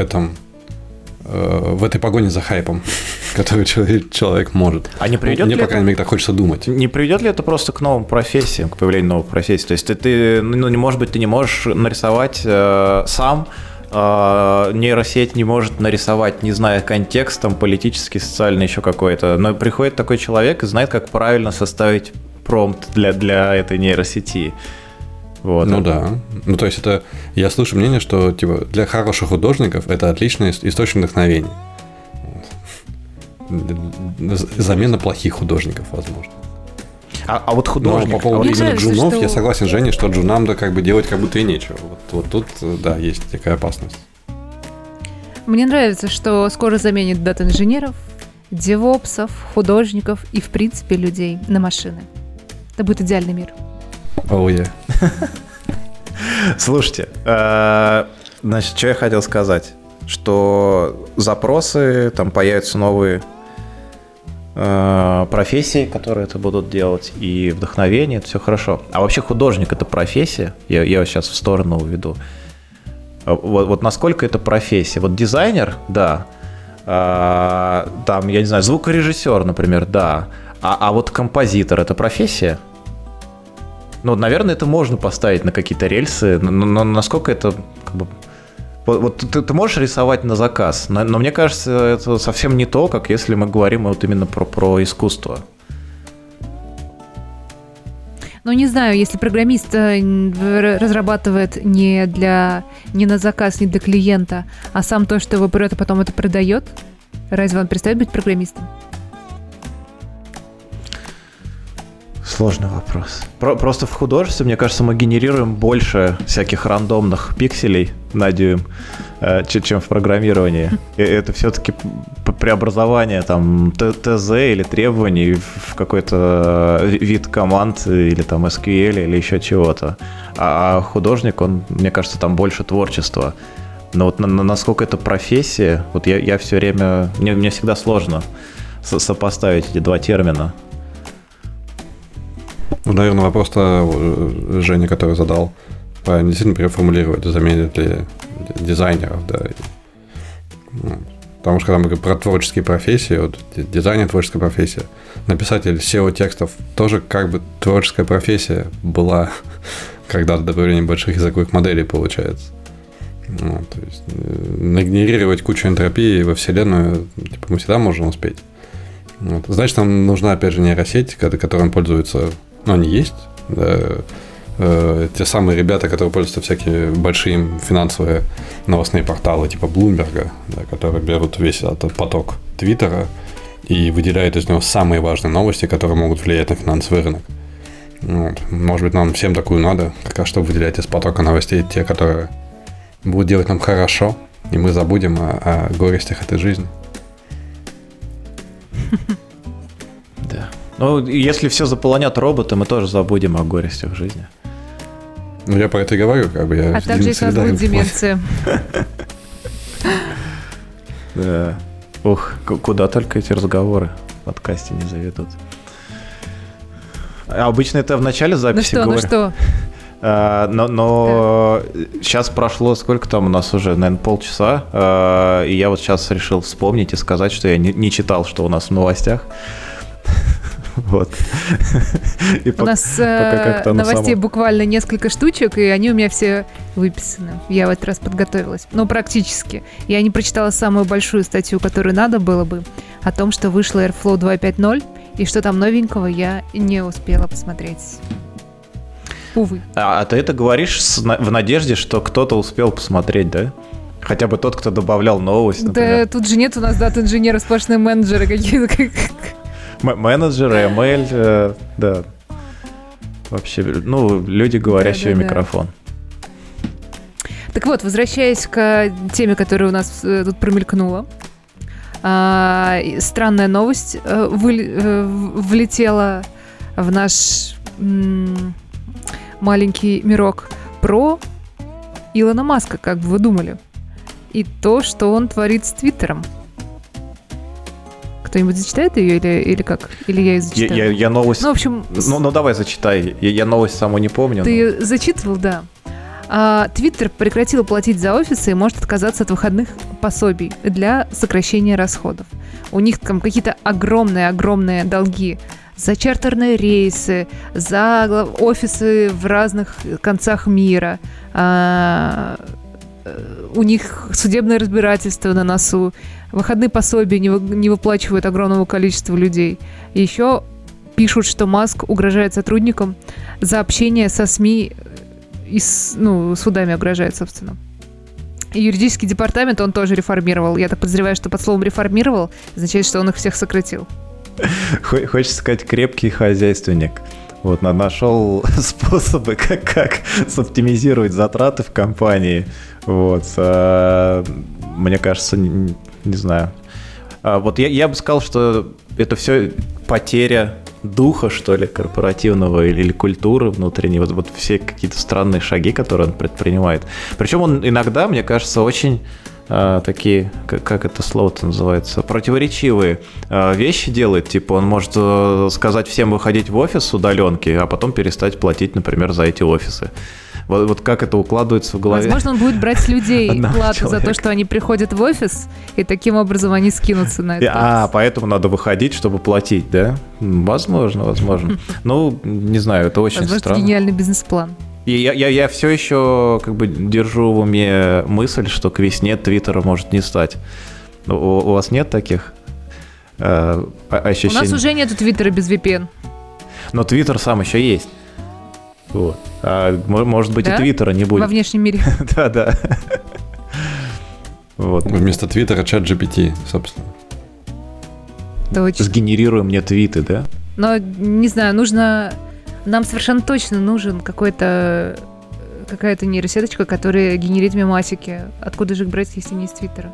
Speaker 4: этой погоне за хайпом, который человек может.
Speaker 1: А не приведет
Speaker 4: Мне,
Speaker 1: ли
Speaker 4: по крайней мере, так хочется думать.
Speaker 1: Не приведет ли это просто к новым профессиям, к появлению новых профессий? То есть ты может быть, ты не можешь нарисовать сам, нейросеть не может нарисовать, не зная контекст, там, политический, социальный, еще какой-то. Но приходит такой человек и знает, как правильно составить промпт для этой нейросети. Вот.
Speaker 4: Ну да. Ну то есть это, я слышу мнение, что типа для хороших художников это отличный источник вдохновения. Замена плохих художников, возможно.
Speaker 1: А вот художник...
Speaker 4: Но по поводу именно джунов,
Speaker 2: что...
Speaker 4: я согласен с Женей, что джунам да как бы делать как будто и нечего. Вот тут, да, есть такая опасность.
Speaker 2: Мне нравится, что скоро заменит дата-инженеров, девопсов, художников и, в принципе, людей на машины. Это будет идеальный мир.
Speaker 4: Oh, yeah.
Speaker 1: Слушайте, значит, что я хотел сказать? Что запросы, там появятся новые профессии, которые это будут делать, и вдохновение, это все хорошо. А вообще художник – это профессия? Я сейчас в сторону уведу. Вот насколько это профессия? Вот дизайнер, да. Там, я не знаю, звукорежиссер, например, да. А вот композитор – это профессия? Ну, наверное, это можно поставить на какие-то рельсы, но насколько это как бы... Вот ты можешь рисовать на заказ, но мне кажется, это совсем не то, как если мы говорим вот именно про искусство.
Speaker 2: Ну, не знаю, если программист разрабатывает не на заказ, не для клиента, а сам то, что его берет, и потом это продает, разве он перестает быть программистом?
Speaker 1: Сложный вопрос. Просто в художестве, мне кажется, мы генерируем больше всяких рандомных пикселей на дюйм, чем в программировании. И это все-таки преобразование там ТЗ или требований в какой-то вид команд или там SQL или еще чего-то. А художник, он, мне кажется, там больше творчества. Но вот насколько это профессия, вот я все время... Мне всегда сложно сопоставить эти два термина.
Speaker 4: Ну, наверное, вопрос-то Женя, который задал, правильно действительно переформулировать, заменит ли дизайнеров, да. Потому что когда мы говорим про творческие профессии, вот дизайнер — творческая профессия, написатель SEO-текстов тоже как бы творческая профессия была когда-то до появления больших языковых моделей, получается. Вот, то есть нагенерировать кучу энтропии во Вселенную, типа, мы всегда можем успеть. Вот. Значит, нам нужна, опять же, нейросеть, которым пользуются, ну, они есть, да, те самые ребята, которые пользуются всякие большие финансовые новостные порталы типа Bloomberg, да, которые берут весь этот поток Твиттера и выделяют из него самые важные новости, которые могут влиять на финансовый рынок. Вот. Может быть, нам всем такую надо, как раз чтобы выделять из потока новостей те, которые будут делать нам хорошо, и мы забудем о горестях этой жизни.
Speaker 1: Да. Ну, если все заполонят роботы, мы тоже забудем о горестях жизни.
Speaker 4: Ну, я про это и говорю, как бы я.
Speaker 2: А также, если у нас будет деменция.
Speaker 1: Да. Ух, куда только эти разговоры в подкасте не заведут. А обычно это в начале записи говорю.
Speaker 2: Ну что?
Speaker 1: Но сейчас прошло, сколько там у нас уже, наверное, полчаса, и я вот сейчас решил вспомнить и сказать, что я не читал, что у нас в новостях. Вот.
Speaker 2: У нас новостей буквально несколько штучек, и они у меня все выписаны. Я в этот раз подготовилась. Ну, практически. Я не прочитала самую большую статью, которую надо было бы, о том, что вышла Airflow 2.5.0, и что там новенького я не успела посмотреть. Увы.
Speaker 1: А ты это говоришь в надежде, что кто-то успел посмотреть, да? Хотя бы тот, кто добавлял новость, например.
Speaker 2: Да, тут же нет у нас дата-инженеров, сплошные менеджеры какие-то.
Speaker 1: Менеджеры, ML, да. Вообще, ну, люди, говорящие в микрофон.
Speaker 2: Так вот, возвращаясь к теме, которая у нас тут промелькнула. Странная новость влетела в наш маленький мирок про Илона Маска, как бы вы думали. И то, что он творит с Твиттером. Кто-нибудь зачитает ее или как? Или я ее зачитаю?
Speaker 1: Я новость...
Speaker 2: Ну, в общем...
Speaker 1: Ну, давай зачитай. Я новость саму не помню.
Speaker 2: Ты ее зачитывал, да. Твиттер прекратил платить за офисы и может отказаться от выходных пособий для сокращения расходов. У них там какие-то огромные долги за чартерные рейсы, за офисы в разных концах мира. У них судебное разбирательство на носу. Выходные пособия не выплачивают огромному количеству людей. И еще пишут, что Маск угрожает сотрудникам за общение со СМИ и судами угрожает, собственно. И юридический департамент он тоже реформировал. Я так подозреваю, что под словом «реформировал» означает, что он их всех сократил.
Speaker 1: Хочется сказать, крепкий хозяйственник. Вот, нашел способы, как соптимизировать затраты в компании. Вот, мне кажется, не знаю. Вот я бы сказал, что это все потеря духа, что ли, корпоративного или культуры внутренней. Вот все какие-то странные шаги, которые он предпринимает. Причем он иногда, мне кажется, очень такие, как это слово-то называется, противоречивые вещи делает. Типа он может сказать всем выходить в офис с удаленки, а потом перестать платить, например, за эти офисы. Вот как это укладывается в голове?
Speaker 2: Возможно, он будет брать с людей плату за то, что они приходят в офис, и таким образом они скинутся на это.
Speaker 1: Поэтому надо выходить, чтобы платить, да? Возможно. Ну, не знаю, это очень странно.
Speaker 2: Возможно, гениальный бизнес-план.
Speaker 1: И я все еще как бы держу в уме мысль, что к весне Твиттера может не стать. У вас нет таких ощущений?
Speaker 2: У нас уже нету Твиттера без VPN.
Speaker 1: Но Твиттер сам еще есть. Вот. Может быть, да? И Твиттера не будет.
Speaker 2: Во внешнем мире.
Speaker 1: Да. Вот.
Speaker 4: Вместо Твиттера чат GPT, собственно.
Speaker 1: Сгенерируем мне твиты, да?
Speaker 2: Но, не знаю, нам совершенно точно нужен какая-то нейросеточка, которая генерит мемасики. Откуда же их брать, если не из Твиттера?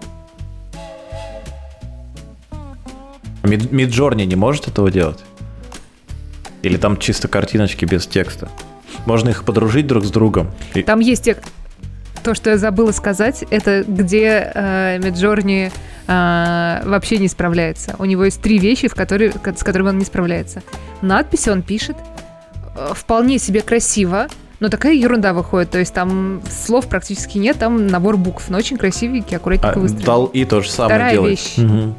Speaker 1: Midjourney не может этого делать? Или там чисто картиночки без текста? Можно их подружить друг с другом?
Speaker 2: Там есть то, что я забыла сказать, это где Midjourney вообще не справляется. У него есть 3 вещи, с которыми он не справляется. Надписи он пишет вполне себе красиво, но такая ерунда выходит. То есть там слов практически нет, там набор букв, но очень красивенький, аккуратненько выстроен.
Speaker 1: DALL-E то же самое
Speaker 2: Вторая
Speaker 1: делает.
Speaker 2: вещь.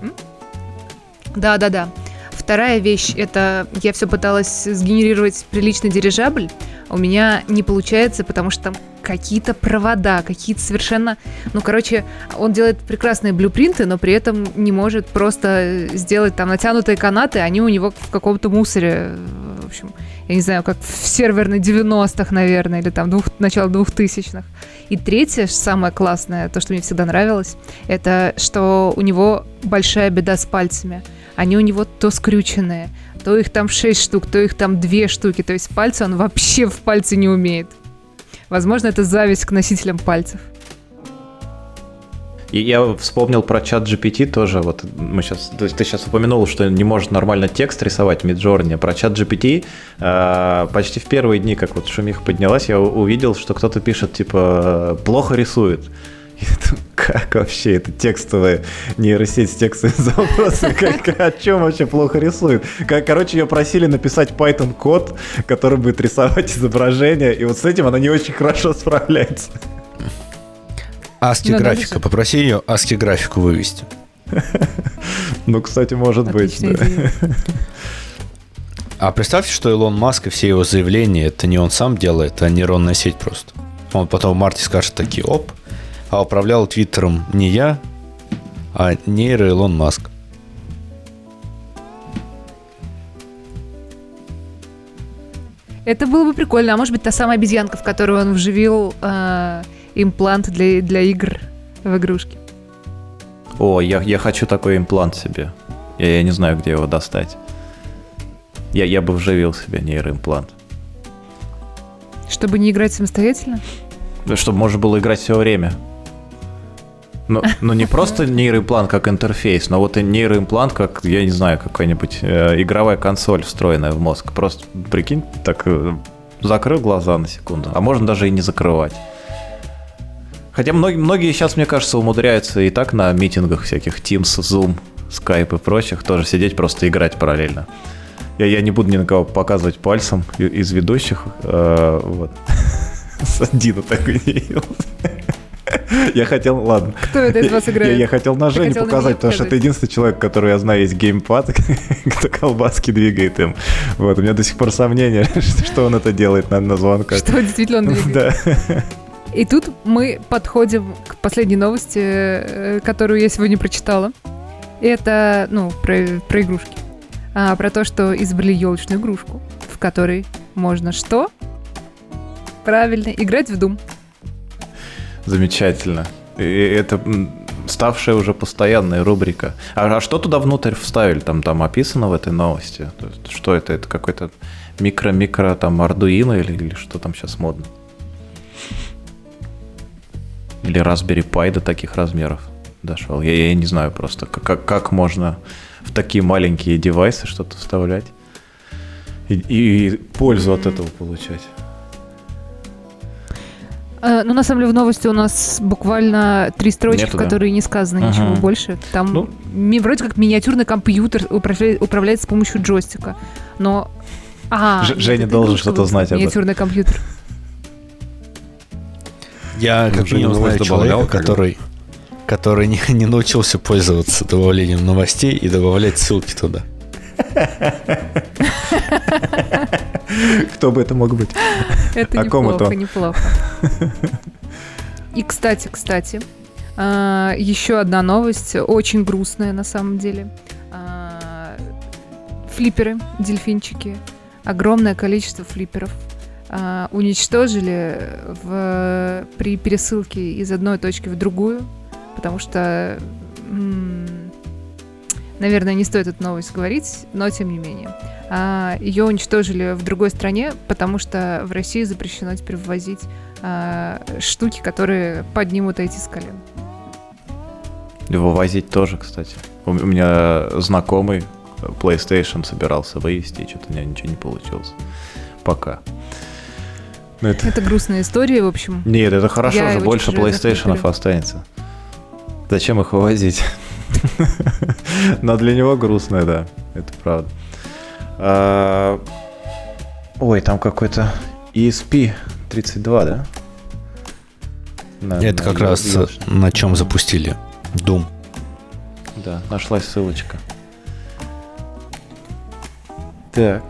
Speaker 2: Да. Вторая вещь, это я все пыталась сгенерировать приличный дирижабль. У меня не получается, потому что там какие-то провода, какие-то совершенно... он делает прекрасные блюпринты, но при этом не может просто сделать там натянутые канаты, они у него в каком-то мусоре. В общем, я не знаю, как в серверной 90-х, наверное, или там начало 2000-х. И третье, самое классное, то, что мне всегда нравилось, это что у него большая беда с пальцами. Они у него то скрюченные, то их там 6 штук, то их там 2 штуки. То есть пальцы он вообще в пальцы не умеет. Возможно, это зависть к носителям пальцев.
Speaker 1: И я вспомнил про чат GPT тоже. Вот ты сейчас упомянул, что не может нормально текст рисовать в Midjourney. Про чат GPT почти в первые дни, как вот шумиха поднялась, я увидел, что кто-то пишет, типа, плохо рисует. Как вообще это текстовая нейросеть с текстовыми запросами? О чем вообще плохо рисует? Короче, ее просили написать Python-код, который будет рисовать изображение, и вот с этим она не очень хорошо справляется.
Speaker 3: ASCII-графика. Попроси ее ASCII-графику вывести.
Speaker 1: Ну, кстати, может быть.
Speaker 3: А представьте, что Илон Маск и все его заявления, это не он сам делает, а нейронная сеть просто. Он потом в марте скажет такие, а управлял Твиттером не я, а нейро Илон Маск.
Speaker 2: Это было бы прикольно. А может быть, та самая обезьянка, в которую он вживил имплант для игр в игрушки.
Speaker 1: О, я хочу такой имплант себе. Я не знаю, где его достать. Я бы вживил себе нейроимплант.
Speaker 2: Чтобы не играть самостоятельно?
Speaker 1: Чтобы можно было играть все время. Но не просто нейроимплант как интерфейс, но вот и нейроимплант как, я не знаю, какая-нибудь игровая консоль, встроенная в мозг. Просто, прикинь, так закрыл глаза на секунду. А можно даже и не закрывать. Хотя многие сейчас, мне кажется, умудряются и так на митингах всяких Teams, Zoom, Skype и прочих тоже сидеть, просто играть параллельно. Я не буду ни на кого показывать пальцем из ведущих. Вот. Дина такой не видел. Я хотел, ладно.
Speaker 2: Кто это из вас играет?
Speaker 1: Я хотел на Жене показать, потому что это единственный человек, который я знаю, есть геймпад, кто колбаски двигает им. Вот, у меня до сих пор сомнения, что он это делает на звонках.
Speaker 2: Что действительно он двигает. Да. И тут мы подходим к последней новости, которую я сегодня прочитала. Это, про игрушки. Про то, что изобрели елочную игрушку, в которой можно что? Правильно, играть в Doom. Замечательно.
Speaker 1: И это ставшая уже постоянная рубрика. А что туда внутрь вставили? Там описано в этой новости? То есть, что это? Это какой-то микро там Arduino или что там сейчас модно? Или Raspberry Pi до таких размеров дошел? Я не знаю просто, как можно в такие маленькие девайсы что-то вставлять и пользу от этого получать.
Speaker 2: На самом деле в новости у нас буквально 3 строчки, в которые не сказано ничего больше. Там вроде как миниатюрный компьютер управляется с помощью джойстика. Но...
Speaker 1: Женя должен что-то знать об этом.
Speaker 2: Миниатюрный компьютер.
Speaker 3: Я как минимум знаю человека, который не научился пользоваться добавлением новостей и добавлять ссылки туда.
Speaker 1: Кто бы это мог быть?
Speaker 2: Это неплохо. И, кстати, еще одна новость, очень грустная на самом деле. Флипперы, дельфинчики, огромное количество флипперов уничтожили при пересылке из одной точки в другую, потому что Наверное, не стоит эту новость говорить, но тем не менее. Ее уничтожили в другой стране, потому что в России запрещено теперь ввозить штуки, которые поднимут IT с колен.
Speaker 1: И вывозить тоже, кстати. У меня знакомый PlayStation собирался вывести, и что-то у него ничего не получилось. Пока.
Speaker 2: Это грустная история, в общем.
Speaker 1: Нет, это хорошо, же больше PlayStation'ов останется. Зачем их вывозить? Но для него грустно, да, это правда. Ой, там какой-то ESP32, да?
Speaker 3: Это как раз на чем запустили Doom.
Speaker 1: Да, нашлась ссылочка. Так.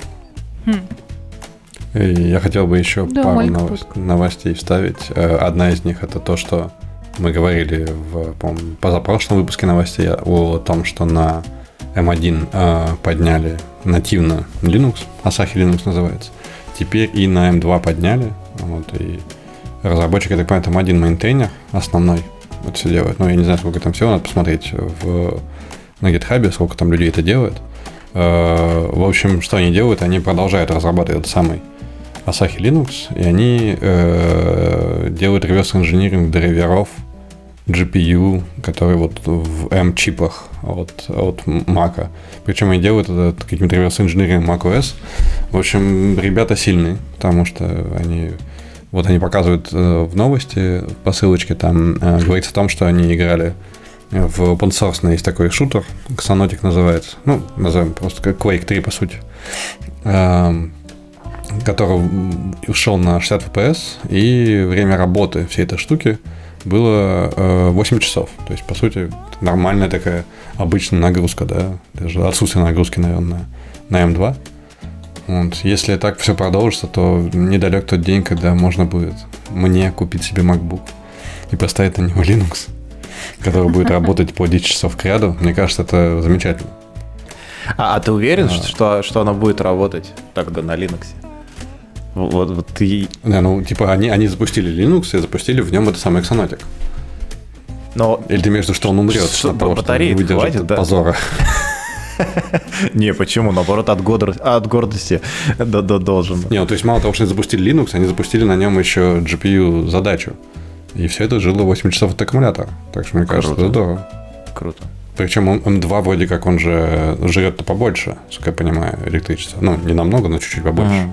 Speaker 4: Я хотел бы еще пару новостей вставить. Одна из них это то, что мы говорили в позапрошлом выпуске новостей о том, что на M1 подняли нативно Linux, Asahi Linux называется. Теперь и на M2 подняли. Вот, и разработчик, я так понимаю, там один мейнтейнер основной вот все делает. Ну, я не знаю, сколько там всего, надо посмотреть на GitHub, сколько там людей это делает. В общем, что они делают? Они продолжают разрабатывать этот самый Asahi Linux, и они делают реверс-инжиниринг драйверов GPU, которые вот в M-чипах от Mac. Причем они делают это каким-то реверс-инжинирингом macOS. В общем, ребята сильные, потому что они показывают в новости по ссылочке, там говорится о том, что они играли в open source, есть такой шутер, Xanotic называется, ну, назовем просто как Quake 3, по сути, который ушел на 60 FPS, и время работы всей этой штуки было 8 часов. То есть, по сути, нормальная такая обычная нагрузка, да, даже отсутствие нагрузки, наверное, на M2. Вот. Если так все продолжится, то недалек тот день, когда можно будет мне купить себе MacBook и поставить на него Linux, который будет работать по 10 часов к ряду. Мне кажется, это замечательно.
Speaker 1: А ты уверен, что оно будет работать тогда на Linux? Вот ты...
Speaker 4: Да, ну, типа, они запустили Linux и запустили в нем это самый Xanotic.
Speaker 1: Но...
Speaker 4: Или ты имеешь в виду, что он умрет от того, что не выдержит позора?
Speaker 1: Не, почему? Наоборот, от гордости должен.
Speaker 4: Не, ну, то есть, мало того, что они запустили Linux, они запустили на нем еще GPU задачу. И все это жило 8 часов от аккумулятора. Так что, мне кажется, это здорово.
Speaker 1: Круто.
Speaker 4: Причем M2 вроде как он же жрет-то побольше, сколько я понимаю, электричество. Ну, не намного, но чуть-чуть побольше.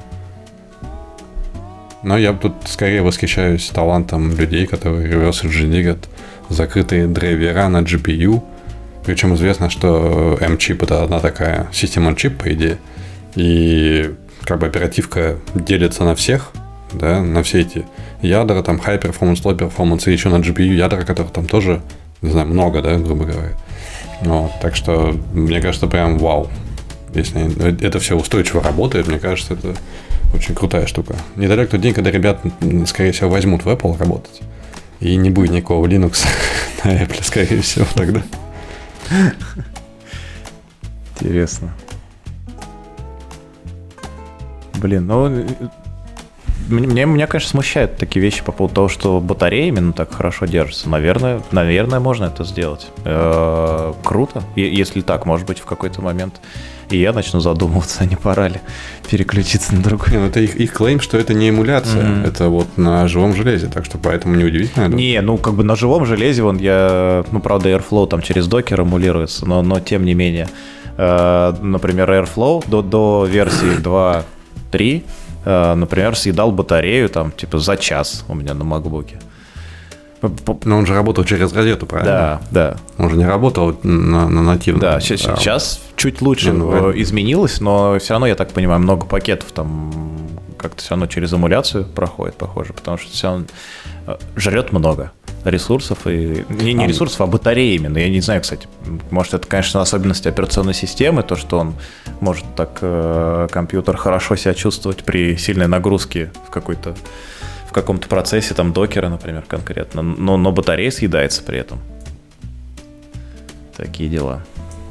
Speaker 4: Но я тут скорее восхищаюсь талантом людей, которые реверс-инжинирят закрытые драйвера на GPU. Причем известно, что M-чип — это одна такая система-чип, по идее. И как бы оперативка делится на всех, да, на все эти ядра, там high performance, low performance, и еще на GPU ядра, которых там тоже, не знаю, много, да, грубо говоря. Вот, так что, мне кажется, прям вау. Если это все устойчиво работает, мне кажется, это очень крутая штука. Недалек тот день, когда ребят, скорее всего, возьмут в Apple работать, и не будет никакого Linux на Apple, скорее всего, тогда.
Speaker 1: Интересно. Блин, ну... Меня, конечно, смущают такие вещи по поводу того, что батареи именно так хорошо держатся. Наверное, можно это сделать. Круто. Если так, может быть, в какой-то момент и я начну задумываться, а не пора ли переключиться на другой.
Speaker 4: Это их клейм, что это не эмуляция, это вот на живом железе, так что поэтому неудивительно.
Speaker 1: Не, ну как бы на живом железе правда, Airflow там через докер эмулируется, но тем не менее. Например, Airflow до версии 2.3 например, съедал батарею там, типа, за час у меня на макбуке.
Speaker 4: Но он же работал через розетку, правильно?
Speaker 1: Да.
Speaker 4: Он же не работал на нативном.
Speaker 1: Да, сейчас чуть лучше изменилось, но все равно, я так понимаю, много пакетов там как-то все равно через эмуляцию проходит, похоже, потому что все равно жрет много ресурсов, и не ресурсов, а батареи именно. Я не знаю, кстати, может, это, конечно, особенность операционной системы, то, что он может так компьютер хорошо себя чувствовать при сильной нагрузке в каком-то процессе, там, докера, например, конкретно, но батарея съедается при этом. Такие дела.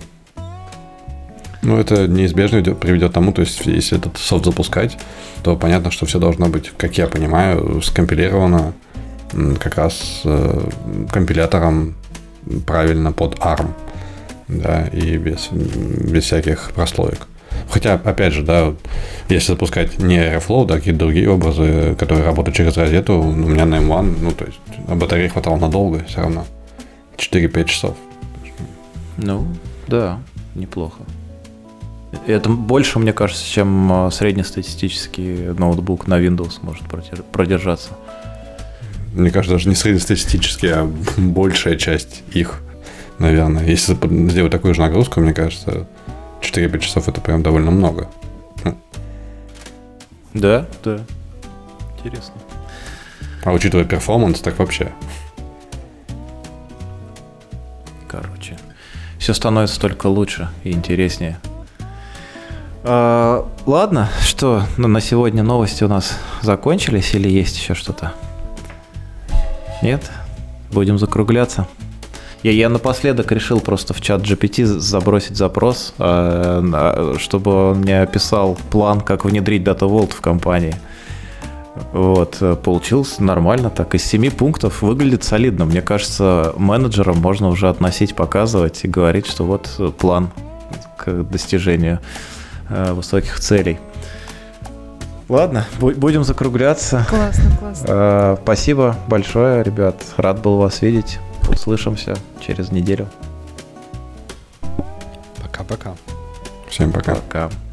Speaker 4: Ну, это неизбежно приведет к тому, то есть, если этот софт запускать, то понятно, что все должно быть, как я понимаю, скомпилировано как раз компилятором правильно под ARM. да, и без всяких прослоек. Хотя, опять же, да, если запускать не Airflow, да, какие-то другие образы, которые работают через розету, у меня на M1, ну, то есть, батареи хватало надолго все равно. 4-5 часов.
Speaker 1: Ну, да, неплохо. Это больше, мне кажется, чем среднестатистический ноутбук на Windows может продержаться.
Speaker 4: Мне кажется, даже не среднестатистический, а большая часть их, наверное. Если сделать такую же нагрузку, мне кажется, 4-5 часов это прям довольно много.
Speaker 1: Да, да. Интересно.
Speaker 4: А учитывая перформанс, так вообще.
Speaker 1: Короче, все становится только лучше и интереснее. Ладно, что, на сегодня новости у нас закончились или есть еще что-то? Нет? Будем закругляться. Я напоследок решил просто в чат GPT забросить запрос, чтобы он мне описал план, как внедрить Data Vault в компании. Вот, получилось нормально так. Из 7 пунктов выглядит солидно. Мне кажется, менеджерам можно уже относить, показывать и говорить, что вот план к достижению высоких целей. Ладно, будем закругляться.
Speaker 2: Классно.
Speaker 1: Спасибо большое, ребят. Рад был вас видеть. Услышимся через неделю.
Speaker 3: Пока-пока.
Speaker 4: Всем пока.
Speaker 1: Пока.